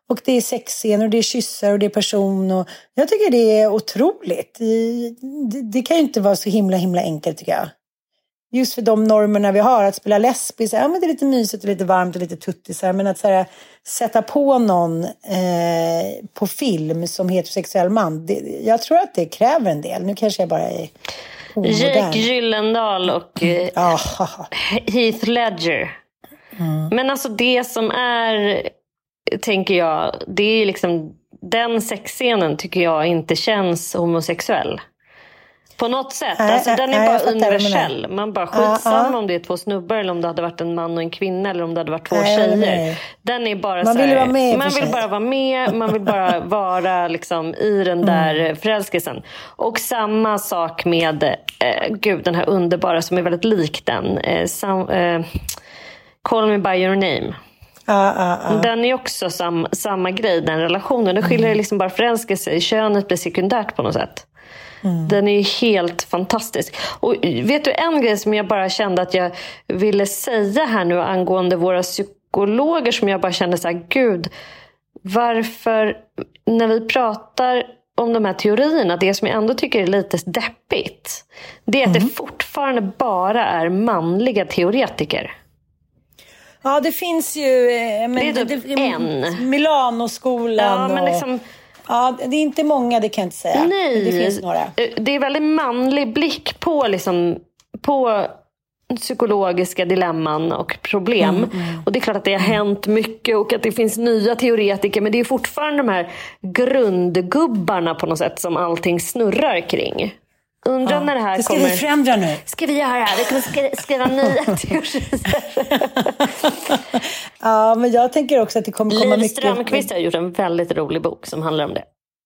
Och det är sexscener och det är kyssar och det är person. Och jag tycker det är otroligt. Det, det kan ju inte vara så himla himla enkelt tycker jag. Just för de normerna vi har. Att spela lesbiskt, ja men det är lite mysigt och lite varmt och lite tuttisar. Men att så här, sätta på någon eh, på film som heterosexuell man. Det, jag tror att det kräver en del. Nu kanske jag bara är omodern. Jake Gyllenhaal och eh, mm. Heath Ledger. Mm. Men alltså det som är, tänker jag, det är liksom, den sexscenen tycker jag inte känns homosexuell. På något sätt. Äh, alltså, den är äh, bara universell. Man bara skitsamma uh, uh. om det är två snubbar eller om det hade varit en man och en kvinna eller om det hade varit två äh, tjejer. Den är bara man så här, vill vara med, man vill bara vara med, man vill bara vara liksom i den där mm. förälskelsen. Och samma sak med eh, gud, den här underbara som är väldigt lik den. Eh, sam, eh, Call Me By Your Name. Uh, uh, uh. Den är också sam, samma grej, den relationen. Den skiljer mm. liksom bara förälskelse. Könet blir sekundärt på något sätt. Mm. Den är ju helt fantastisk. Och vet du en grej som jag bara kände att jag ville säga här nu angående våra psykologer, som jag bara kände så här, gud, varför när vi pratar om de här teorierna, det som jag ändå tycker är lite deppigt, det är att mm. det fortfarande bara är manliga teoretiker. Ja, det finns ju men, det är typ det, en Milanoskolan. Ja, men liksom ja, det är inte många, det kan jag inte säga. Nej, det finns några. Det är väldigt manlig blick på, liksom, på psykologiska dilemman och problem. Mm, mm. Och det är klart att det har hänt mycket och att det finns nya teoretiker. Men det är fortfarande de här grundgubbarna på något sätt som allting snurrar kring. Undrar ja, när det här det ska kommer... vi förändra nu. Ska vi göra? Vi kommer sk- skriva nya teorier. Ja, men jag tänker också att det kommer komma Liv mycket... Strömquist har gjort en väldigt rolig bok som handlar om det.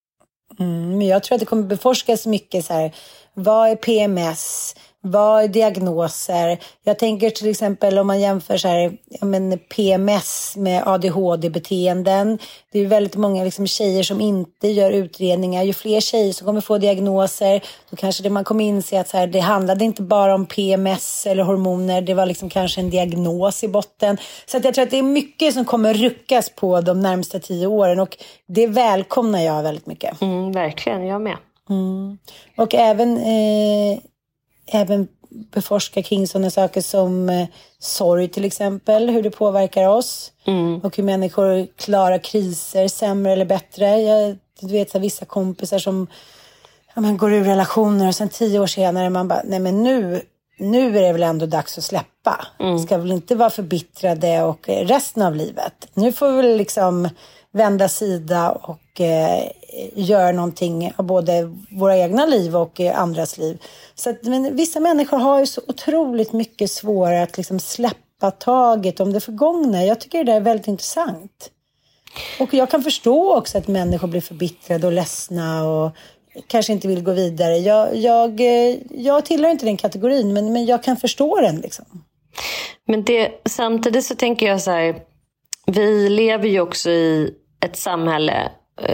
Mm, men jag tror att det kommer beforskas mycket så här. Vad är P M S? Vad är diagnoser? Jag tänker till exempel om man jämför så här, ja men P M S med A D H D-beteenden. Det är väldigt många liksom tjejer som inte gör utredningar. Ju fler tjejer som kommer få diagnoser, då kanske det man kommer inse att så här, det handlade inte bara om P M S eller hormoner. Det var liksom kanske en diagnos i botten. Så att jag tror att det är mycket som kommer ruckas på de närmsta tio åren. Och det välkomnar jag väldigt mycket. Mm, verkligen, jag med. Mm. Och även... Eh, Även beforska kring sådana saker som eh, sorg till exempel. Hur det påverkar oss. Mm. Och hur människor klarar kriser sämre eller bättre. Jag du vet så vissa kompisar som ja, man går ur relationer och sen tio år senare man bara, nej men nu, nu är det väl ändå dags att släppa. Mm. Ska väl inte vara förbittrade och resten av livet. Nu får vi väl liksom vända sida och eh, göra någonting av både våra egna liv och eh, andras liv. Så att, men vissa människor har ju så otroligt mycket svårare att liksom släppa taget om det förgångna. Jag tycker det där är väldigt intressant. Och jag kan förstå också att människor blir förbittrade och ledsna och kanske inte vill gå vidare. Jag, jag, jag tillhör inte den kategorin, men, men jag kan förstå den liksom. Men det, samtidigt så tänker jag så här, vi lever ju också i ett samhälle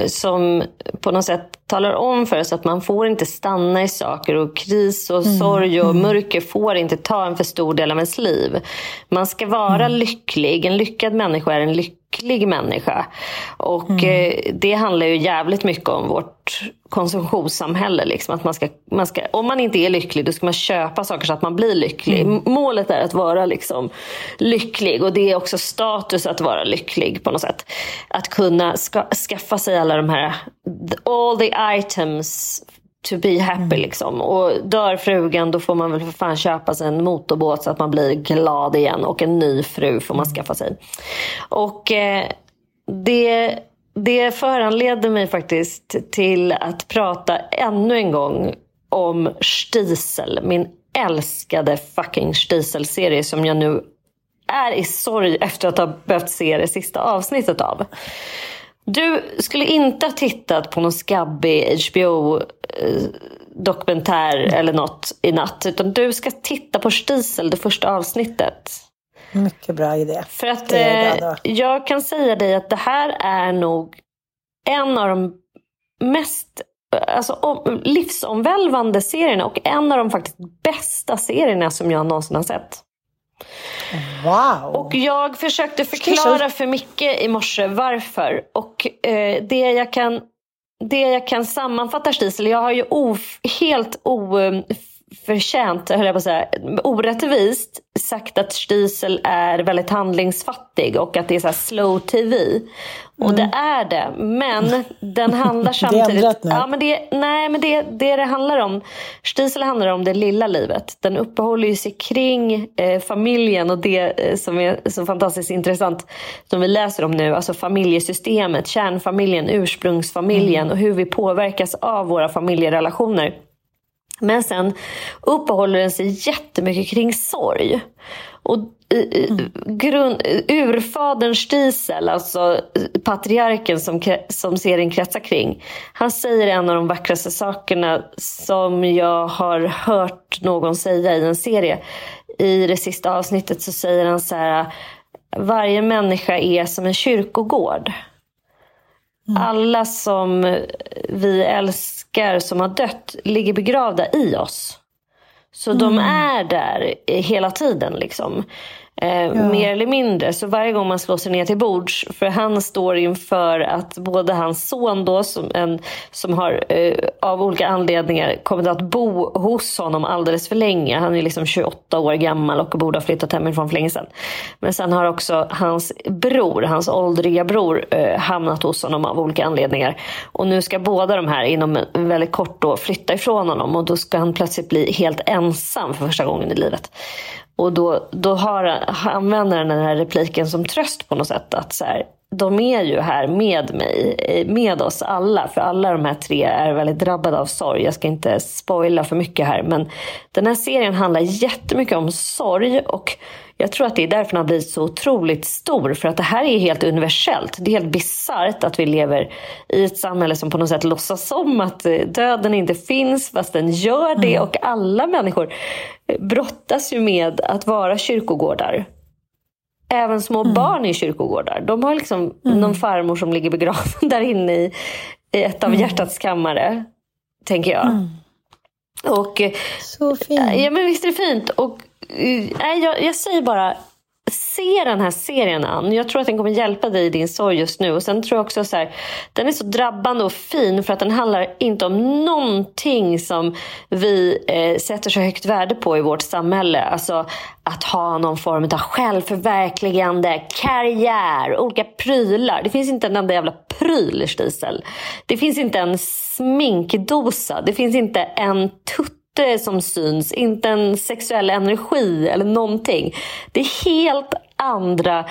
som på något sätt talar om för oss att man får inte stanna i saker och kris och mm, sorg och mm. mörker får inte ta en för stor del av ens liv. Man ska vara mm. lycklig. En lyckad människa är en lycklig människa. Och mm. eh, det handlar ju jävligt mycket om vårt konsumtionssamhälle. Liksom. Att man ska, man ska, om man inte är lycklig, då ska man köpa saker så att man blir lycklig. Mm. Målet är att vara liksom lycklig. Och det är också status att vara lycklig på något sätt. Att kunna ska, skaffa sig alla de här all the items to be happy mm. liksom. Och dör frugan, då får man väl för fan köpa sig en motorbåt så att man blir glad igen. Och en ny fru får man skaffa sig. Och eh, det, det föranleder mig faktiskt till att prata ännu en gång om Stiesel. Min älskade fucking Stiesel-serie som jag nu är i sorg efter att ha behövt se det sista avsnittet av. Du skulle inte ha tittat på någon skabbig H B O-dokumentär eller något i natt. Utan du ska titta på Stiesel, det första avsnittet. Mycket bra idé. För att eh, jag kan säga dig att det här är nog en av de mest alltså, om, livsomvälvande serierna. Och en av de faktiskt bästa serierna som jag någonsin har sett. Wow. Och jag försökte förklara för Micke i morse varför. Och eh, det jag kan det jag kan sammanfatta Stisel, jag har ju of, helt oförtjänt, höll jag på att säga, orättvist sagt att Stisel är väldigt handlingsfattig och att det är så här slow tv. Och mm. det är det, men den handlar samtidigt... det är ja, men det, nej, men det, det det handlar om... Stisel handlar om det lilla livet. Den uppehåller ju sig kring eh, familjen och det eh, som är så fantastiskt intressant som vi läser om nu. Alltså familjesystemet, kärnfamiljen, ursprungsfamiljen mm. och hur vi påverkas av våra familjerelationer. Men sen uppehåller den sig jättemycket kring sorg. Och mm. grund, urfadern Stisel, alltså patriarken som, som serien kretsar kring, han säger en av de vackraste sakerna som jag har hört någon säga i en serie. I det sista avsnittet så säger han så här: varje människa är som en kyrkogård. Mm. Alla som vi älskar som har dött ligger begravda i oss. Så mm. de är där hela tiden liksom. Eh, ja. Mer eller mindre. Så varje gång man slår sig ner till bords, för han står inför att både hans son då som, en, som har eh, av olika anledningar kommit att bo hos honom alldeles för länge. Han är liksom tjugoåtta år gammal och borde ha flyttat hemifrån för länge sedan. Men sen har också hans bror, hans åldriga bror eh, hamnat hos honom av olika anledningar. Och nu ska båda de här inom väldigt kort då flytta ifrån honom, och då ska han plötsligt bli helt ensam för första gången i livet. Och då, då har, använder han den här repliken som tröst på något sätt. Att så här, de är ju här med mig, med oss alla. För alla de här tre är väldigt drabbade av sorg. Jag ska inte spoila för mycket här. Men den här serien handlar jättemycket om sorg. Och jag tror att det är därför den har blivit så otroligt stor. För att det här är helt universellt. Det är helt bizarrt att vi lever i ett samhälle som på något sätt låtsas som att döden inte finns, fast den gör det. Mm. Och alla människor brottas ju med att vara kyrkogårdar. Även små mm. barn är kyrkogårdar. De har liksom mm. någon farmor som ligger begraven där inne i, i ett av mm. hjärtats kammare, tänker jag. Mm. Och, så fint. Ja, men visst är det fint. Och nej, jag, jag säger bara, se den här serien an. Jag tror att den kommer hjälpa dig i din sorg just nu. Och sen tror jag också så här, den är så drabbande och fin för att den handlar inte om någonting som vi eh, sätter så högt värde på i vårt samhälle. Alltså att ha någon form av självförverkligande, karriär, olika prylar. Det finns inte en enda jävla pryl, Stisel. Det finns inte en sminkdosa. Det finns inte en tutt som syns, inte en sexuell energi eller någonting. Det är helt andra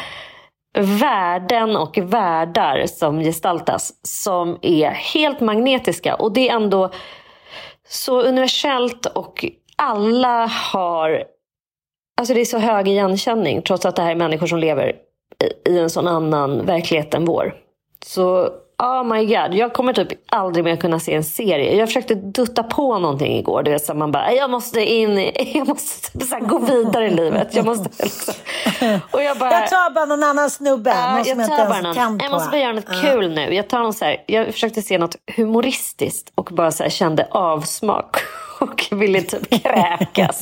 värden och världar som gestaltas, som är helt magnetiska, och det är ändå så universellt, och alla har, alltså det är så hög igenkänning trots att det här är människor som lever i en sån annan verklighet än vår. Så oh my god, jag kommer typ aldrig mer kunna se en serie. Jag försökte dutta på någonting igår. Du vet, så man bara, jag måste in, jag måste så här, gå vidare i livet. Jag måste liksom. Och jag bara, jag tar bara någon annan snubbe. Ja, jag tar bara någon. Jag måste bara göra något ja. kul nu. Jag tar någon så här, jag försökte se något humoristiskt och bara så här, kände avsmak och ville typ kräkas.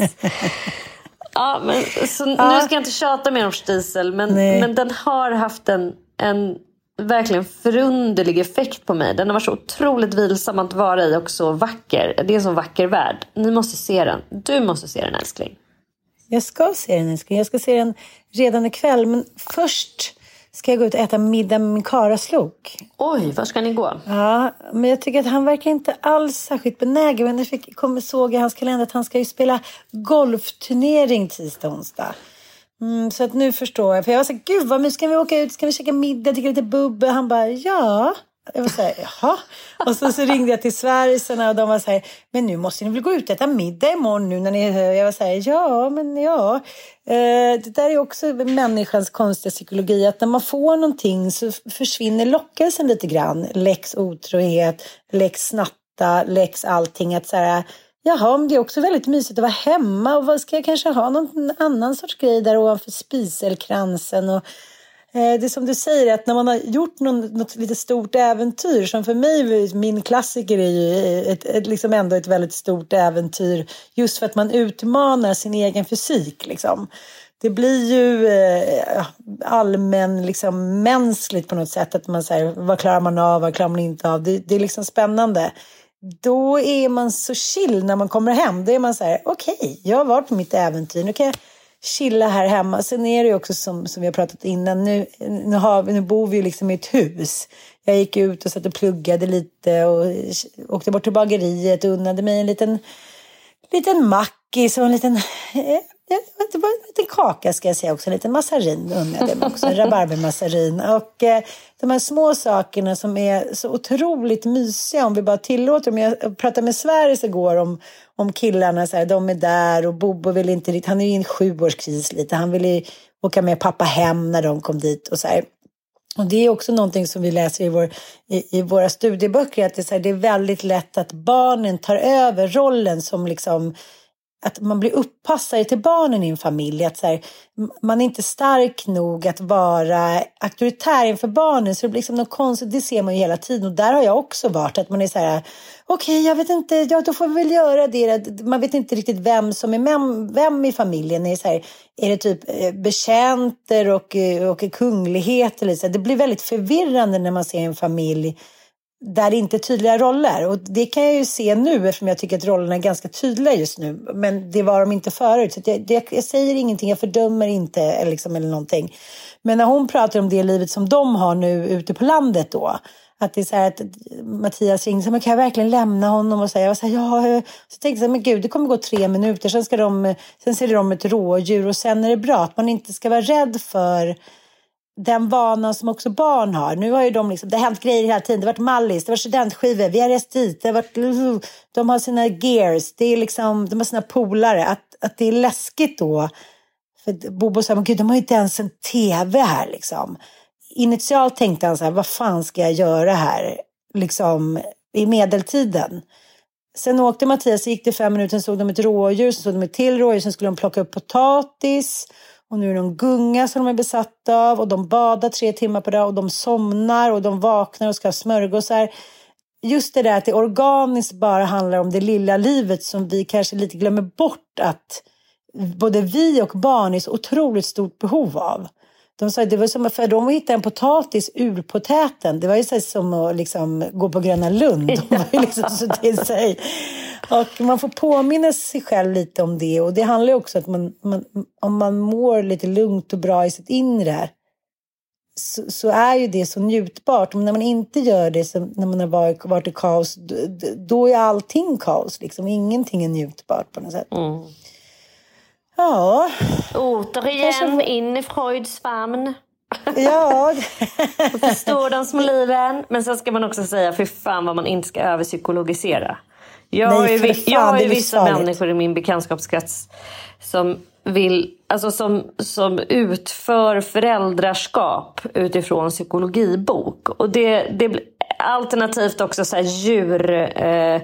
Ja, men så ja. Nu ska jag inte tjata mer om Stisel, men, men den har haft en, en verkligen förunderlig effekt på mig. Den har varit så otroligt vilsam att vara i, och så vacker. Det är en så vacker värld. Ni måste se den. Du måste se den, älskling. Jag ska se den, älskling. Jag ska se den redan ikväll. Men först ska jag gå ut och äta middag med min Karaslok. Oj, var ska ni gå? Ja, men jag tycker att han verkar inte alls särskilt benägen. Men jag fick, kom, såg i hans kalender att han ska ju spela golfturnering tisdag och onsdag. Mm, så att nu förstår jag. För jag var så här, gud vad, ska vi åka ut? Ska vi käka middag? Dricka lite bubbel? Han bara, ja. Jag var så här, jaha. Och så, så ringde jag till Sverigesarna och de var så här, men nu måste ni väl gå ut och äta middag imorgon nu när ni... Jag var så här, ja, men ja. Eh, det där är också människans konstiga psykologi. Att när man får någonting så försvinner lockelsen lite grann. Läx otrohet, läx snatta, läx allting. Att så här... Jaha, men det är också väldigt mysigt att vara hemma. Och vad ska jag kanske ha någon annan sorts grej där ovanför spiselkransen. Och, eh, det är som du säger, att när man har gjort någon, något lite stort äventyr. Som för mig, min klassiker är ju ett, ett, liksom ändå ett väldigt stort äventyr. Just för att man utmanar sin egen fysik liksom. det blir ju eh, allmän liksom mänskligt på något sätt. Att man säger, vad klarar man av, vad klarar man inte av. Det, det är liksom spännande. Då är man så chill när man kommer hem. Då är man så här, okej, okay, jag har varit på mitt äventyr. Nu kan jag chilla här hemma. Sen är det ju också som, som vi har pratat innan. Nu, nu, har vi, nu bor vi ju liksom i ett hus. Jag gick ut och satt och pluggade lite. Och åkte bort till bageriet och unnade mig en liten, liten mackis och en liten... Det var en liten kaka ska jag säga också. En liten massarin unnade mig också. En rabarbermassarin. Och eh, de här små sakerna som är så otroligt mysiga. Om vi bara tillåter dem. Jag pratade med Sverige igår om, om killarna. Så här, de är där och Bobo vill inte riktigt. Han är ju i en sjuårskris lite. Han ville åka med pappa hem när de kom dit. Och så här. Och det är också någonting som vi läser i, vår, i, i våra studieböcker. Att det är, så här, det är väldigt lätt att barnen tar över rollen som liksom... Att man blir uppassare till barnen i en familj. Att så här, man är inte stark nog att vara auktoritär inför barnen. Så det blir liksom något konstigt. Det ser man ju hela tiden. Och där har jag också varit. Att man är så här, okej, okay, jag vet inte. Ja, då får vi väl göra det. Man vet inte riktigt vem som är vem, vem i familjen. Är, så här, är det typ betjänter och, och kungligheter? Så här. Det blir väldigt förvirrande när man ser en familj där det inte är tydliga roller. Och det kan jag ju se nu eftersom jag tycker att rollerna är ganska tydliga just nu. Men det var de inte förut. Så jag, det, jag säger ingenting, jag fördömer inte liksom, eller någonting. Men när hon pratar om det livet som de har nu ute på landet då. Att det är så här att Mattias ringde så här, kan jag verkligen lämna honom? Och så här, jag var så här, ja. Så tänkte jag, men gud, det kommer gå tre minuter. Sen, ska de, sen ser de ett rådjur och sen är det bra. Att man inte ska vara rädd för... den vanan som också barn har. Nu har ju de liksom, det har hänt grejer hela tiden. Det har varit Mallis, det har varit studentskivor, vi har rest dit. Det har varit, de har sina gears, det är liksom, de har sina polare. Att, att det är läskigt då. För Bobo sa, men gud, de har ju inte ens en tv här liksom. Initialt tänkte han så här, vad fan ska jag göra här? Liksom, i medeltiden. Sen åkte Mattias, så gick det fem minuter, så såg de ett rådjur, så såg de ett till rådjur, sen skulle de plocka upp potatis. Och nu är de gunga som de är besatta av. Och de badar tre timmar per dag. Och de somnar och de vaknar och ska ha smörgåsar. Just det där att det organiskt bara handlar om det lilla livet. Som vi kanske lite glömmer bort att både vi och barn är så otroligt stort behov av. De sa att det var som för de hittade en potatis ur potäten. Det var ju så som att liksom gå på Gröna Lund. De var ju liksom så till sig. Och man får påminna sig själv lite om det. Och det handlar ju också om att man, man, om man mår lite lugnt och bra i sitt inre. Så, så är ju det så njutbart. Men när man inte gör det, så när man har varit, varit i kaos, då, då är allting kaos. Liksom. Ingenting är njutbart på något sätt. Mm. Ja. Återigen kanske... in i Freuds famn. Ja. Och förstå de små liven. Men sen ska man också säga, för fan vad man inte ska överpsykologisera. Jag Nej, har ju, fan, jag har ju vissa farligt. människor i min bekantskapskrets som vill, alltså som, som utför föräldraskap utifrån psykologibok. Och det, det alternativt också så här djur... Eh,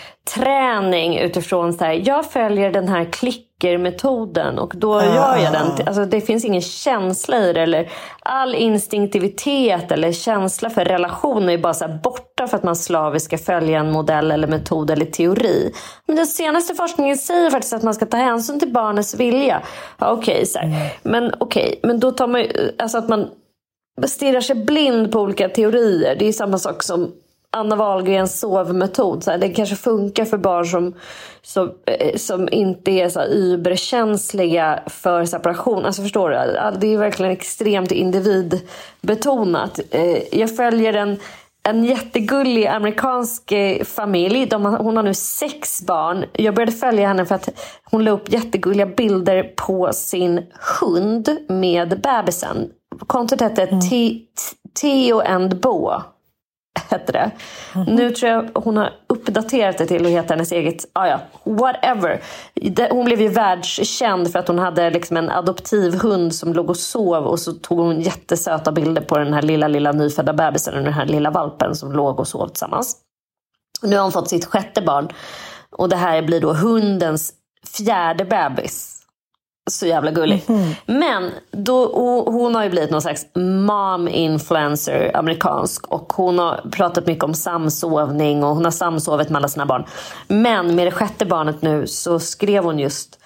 träning utifrån så här, jag följer den här klickermetoden och då ah. gör jag den. Alltså det finns ingen känsla i det, eller all instinktivitet eller känsla för relationer är bara så här borta för att man slaviskt ska följa en modell eller metod eller teori. Men den senaste forskningen säger faktiskt att man ska ta hänsyn till barnets vilja. Ja, okej, okay, så här. Mm. Men okej, okay, men då tar man alltså att man stirrar sig blind på olika teorier. Det är samma sak som Anna Wahlgrens sovmetod. Så här, det kanske funkar för barn som, som, som inte är så überkänsliga för separation. Alltså förstår du? Det är verkligen extremt individbetonat. Jag följer en, en jättegullig amerikansk familj. De har, hon har nu sex barn. Jag började följa henne för att hon la upp jättegulliga bilder på sin hund med bebisen. Kontot hette mm. Theo and Bo. Hette det. Mm-hmm. Nu tror jag hon har uppdaterat det till att heta hennes eget, ah ja, whatever. Hon blev ju världskänd för att hon hade liksom en adoptiv hund som låg och sov, och så tog hon jättesöta bilder på den här lilla, lilla nyfödda bebisen och den här lilla valpen som låg och sov tillsammans. Nu har hon fått sitt sjätte barn, och det här blir då hundens fjärde bebis. Så jävla gulligt. Mm-hmm. Men då, hon har ju blivit någon slags mom-influencer, amerikansk. Och hon har pratat mycket om samsovning. Och hon har samsovit med alla sina barn. Men med det sjätte barnet nu så skrev hon just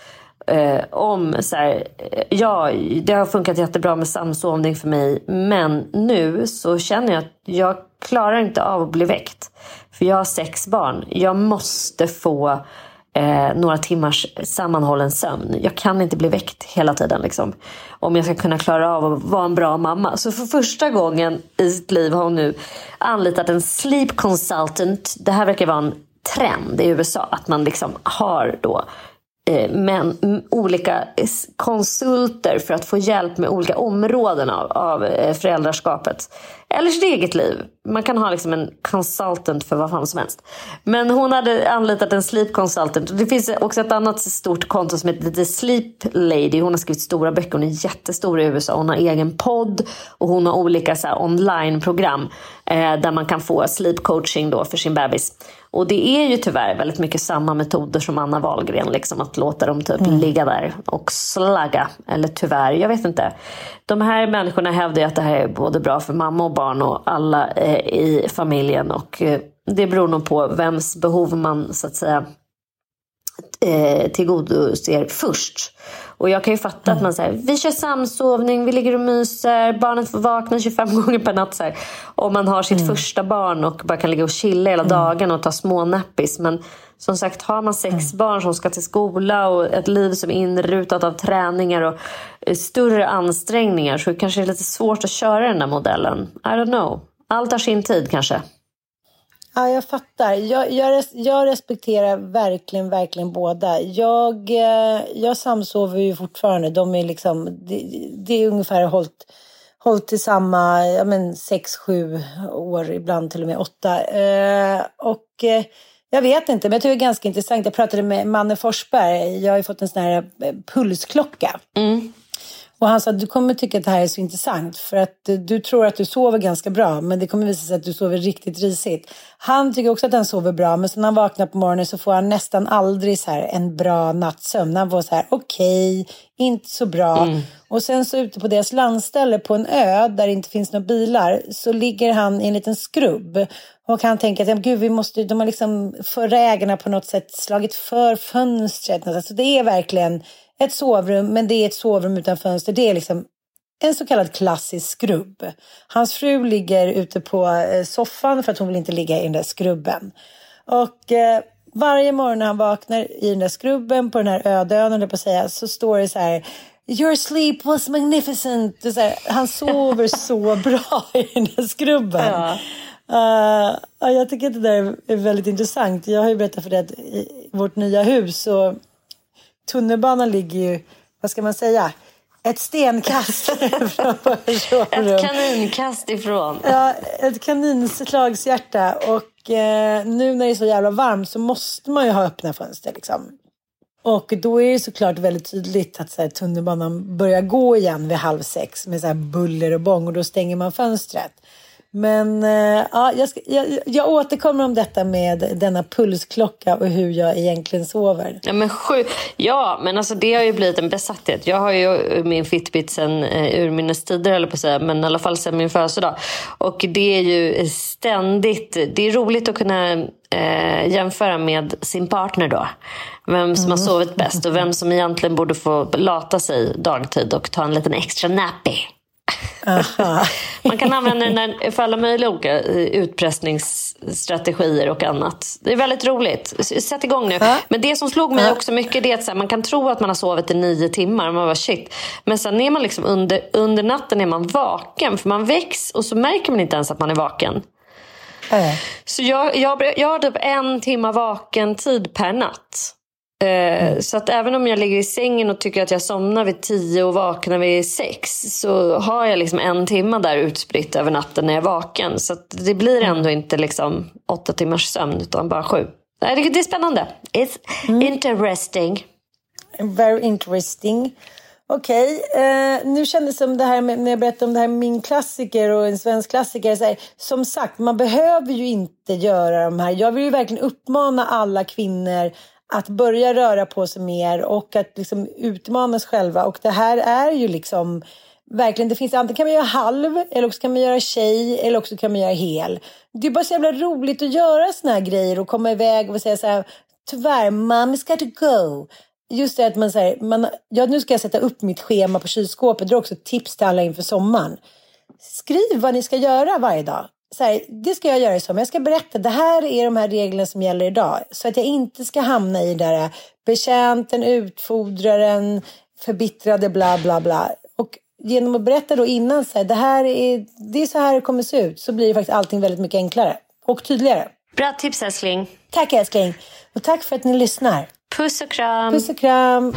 eh, om så här, ja, det har funkat jättebra med samsovning för mig, men nu så känner jag att jag klarar inte av att bli väckt. För jag har sex barn. Jag måste få eh, några timmars sammanhållen sömn. Jag kan inte bli väckt hela tiden liksom, om jag ska kunna klara av att vara en bra mamma. Så för första gången i sitt liv har hon nu anlitat en sleep consultant. Det här verkar vara en trend i U S A, att man liksom har då eh, men, m, olika konsulter för att få hjälp med olika områden av, av eh, föräldraskapet eller sitt eget liv. Man kan ha liksom en consultant för vad fan som helst. Men hon hade anlitat en sleep consultant. Och det finns också ett annat stort konto som heter The Sleep Lady. Hon har skrivit stora böcker. Hon är jättestor i U S A. Hon har egen podd. Och hon har olika så här, online-program. Eh, där man kan få sleep coaching då för sin bebis. Och det är ju tyvärr väldigt mycket samma metoder som Anna Wahlgren. Liksom, att låta dem typ mm. ligga där och slagga. Eller tyvärr, jag vet inte. De här människorna hävdar ju att det här är både bra för mamma och barn och alla eh, i familjen. Och eh, det beror nog på vems behov man så att säga eh, tillgodoser först. Och jag kan ju fatta mm. att man säger, vi kör samsovning, vi ligger och myser, barnet får vakna tjugofem gånger per natt. Så här. Om man har sitt mm. första barn och bara kan ligga och chilla hela mm. dagen och ta små nappis. Men som sagt, har man sex mm. barn som ska till skola och ett liv som är inrutat av träningar och större ansträngningar, så kanske det är lite svårt att köra den där modellen. I don't know. Allt har sin tid kanske. Ja, jag fattar. Jag, jag, jag respekterar verkligen, verkligen båda. Jag, jag samsover ju fortfarande. De är liksom, det, det är ungefär hållit, hållit till samma, ja men sex, sju år, ibland till och med åtta. Eh, och eh, jag vet inte, men jag tycker det är ganska intressant. Jag pratade med Manne Forsberg. Jag har ju fått en sån här pulsklocka. Mm. Och han sa att du kommer tycka att det här är så intressant. För att du tror att du sover ganska bra. Men det kommer visa sig att du sover riktigt risigt. Han tycker också att han sover bra. Men så när han vaknar på morgonen så får han nästan aldrig så här en bra nattsömn. Han får så här, okej, okay, inte så bra. Mm. Och sen så ute på deras landställe på en ö där det inte finns några bilar. Så ligger han i en liten skrubb. Och han tänker att gud, vi måste, de har liksom förra ägarna på något sätt slagit för fönstret. Så det är verkligen ett sovrum, men det är ett sovrum utan fönster. Det är liksom en så kallad klassisk skrubb. Hans fru ligger ute på soffan för att hon vill inte ligga i den där skrubben. Och eh, varje morgon när han vaknar i den där skrubben på den här ödön, eller på att säga, så står det så här: your sleep was magnificent. Det är så här, han sover så bra i den där skrubben. Ja. Uh, jag tycker att det där är väldigt intressant. Jag har ju berättat för dig att i vårt nya hus så tunnelbanan ligger ju, vad ska man säga, ett stenkast från ett kaninkast ifrån. Ja, ett kaninslagshjärta. Och eh, nu när det är så jävla varmt så måste man ju ha öppna fönster liksom. Och då är det såklart väldigt tydligt att så här, tunnelbanan börjar gå igen vid halv sex med så här buller och bång, och då stänger man fönstret. Men äh, ja, jag, ska, jag, jag återkommer om detta med denna pulsklocka och hur jag egentligen sover. Ja, men sju. Ja, men alltså det har ju blivit en besatthet. Jag har ju min Fitbit sen eh, urminnes tider, eller på att säga, men i alla fall sen min födelsedag. Och det är ju ständigt, det är roligt att kunna eh, jämföra med sin partner då. Vem som mm. har sovit bäst och vem som egentligen borde få lata sig dagtid och ta en liten extra nappy. Man kan använda den här för alla möjliga olika utpressningsstrategier och annat. Det är väldigt roligt. Sätt igång nu. Men det som slog mig också mycket, det är att så här, man kan tro att man har sovit i nio timmar och man bara shit. Men sen är man liksom under, under natten är man vaken, för man väcks och så märker man inte ens att man är vaken. Mm. Så jag, jag, jag har typ en timma vaken tid per natt. Mm. Så att även om jag ligger i sängen och tycker att jag somnar vid tio och vaknar vid sex, så har jag liksom en timma där utspritt över natten när jag är vaken. Så att det blir ändå inte liksom åtta timmars sömn utan bara sju. Det är spännande. It's mm. interesting. Very interesting. Okej, okay. eh, nu kändes det som det här med, när jag berättade om det här med min klassiker och en svensk klassiker. Så här, som sagt, man behöver ju inte göra de här. Jag vill ju verkligen uppmana alla kvinnor att börja röra på sig mer och att liksom utmana sig själva. Och det här är ju liksom verkligen, det finns, antingen kan man göra halv, eller också kan man göra tjej, eller också kan man göra hel. Det är bara så jävla roligt att göra såna här grejer och komma iväg och säga så här: tyvärr, mommy's got to go. just det att man säger, man, ja, nu ska jag sätta upp mitt schema på kylskåpet. Det är också ett tips till alla inför sommaren. Skriv vad ni ska göra varje dag. Så här, det ska jag göra i sommar. Jag ska berätta, det här är de här reglerna som gäller idag. Så att jag inte ska hamna i där betjänten, utfodraren, förbittrade bla bla bla. Och genom att berätta då innan så här, det här är, det är så här det kommer se ut. Så blir det faktiskt allting väldigt mycket enklare och tydligare. Bra tips älskling. Tack älskling. Och tack för att ni lyssnar. Puss och kram. Puss och kram.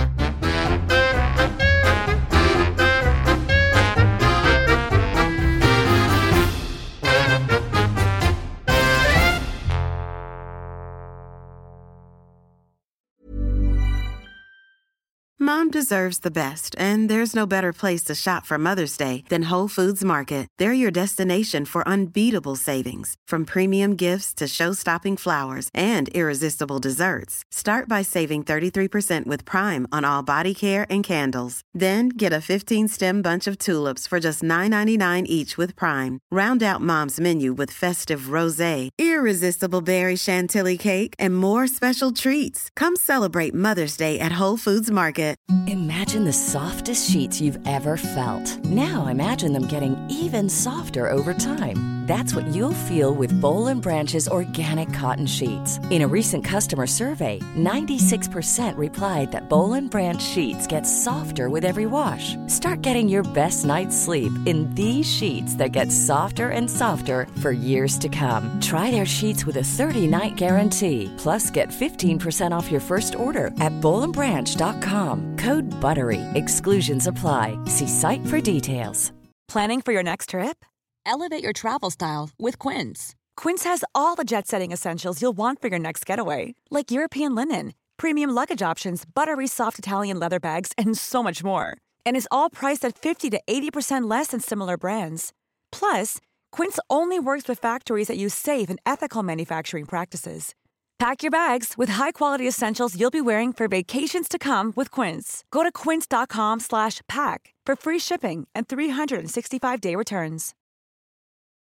Mom deserves the best, and there's no better place to shop for Mother's Day than Whole Foods Market. They're your destination for unbeatable savings, from premium gifts to show-stopping flowers and irresistible desserts. Start by saving thirty-three percent with Prime on all body care and candles. Then get a fifteen-stem bunch of tulips for just nine ninety-nine each with Prime. Round out Mom's menu with festive rosé, irresistible berry chantilly cake, and more special treats. Come celebrate Mother's Day at Whole Foods Market. Imagine the softest sheets you've ever felt. Now imagine them getting even softer over time. That's what you'll feel with Boll and Branch's organic cotton sheets. In a recent customer survey, ninety-six percent replied that Boll and Branch sheets get softer with every wash. Start getting your best night's sleep in these sheets that get softer and softer for years to come. Try their sheets with a thirty-night guarantee. Plus, get fifteen percent off your first order at boll and branch dot com. Code BUTTERY. Exclusions apply. See site for details. Planning for your next trip? Elevate your travel style with Quince. Quince has all the jet-setting essentials you'll want for your next getaway, like European linen, premium luggage options, buttery soft Italian leather bags, and so much more. And is all priced at fifty to eighty percent less than similar brands. Plus, Quince only works with factories that use safe and ethical manufacturing practices. Pack your bags with high-quality essentials you'll be wearing for vacations to come with Quince. Go to quince dot com slash pack for free shipping and three sixty-five day returns.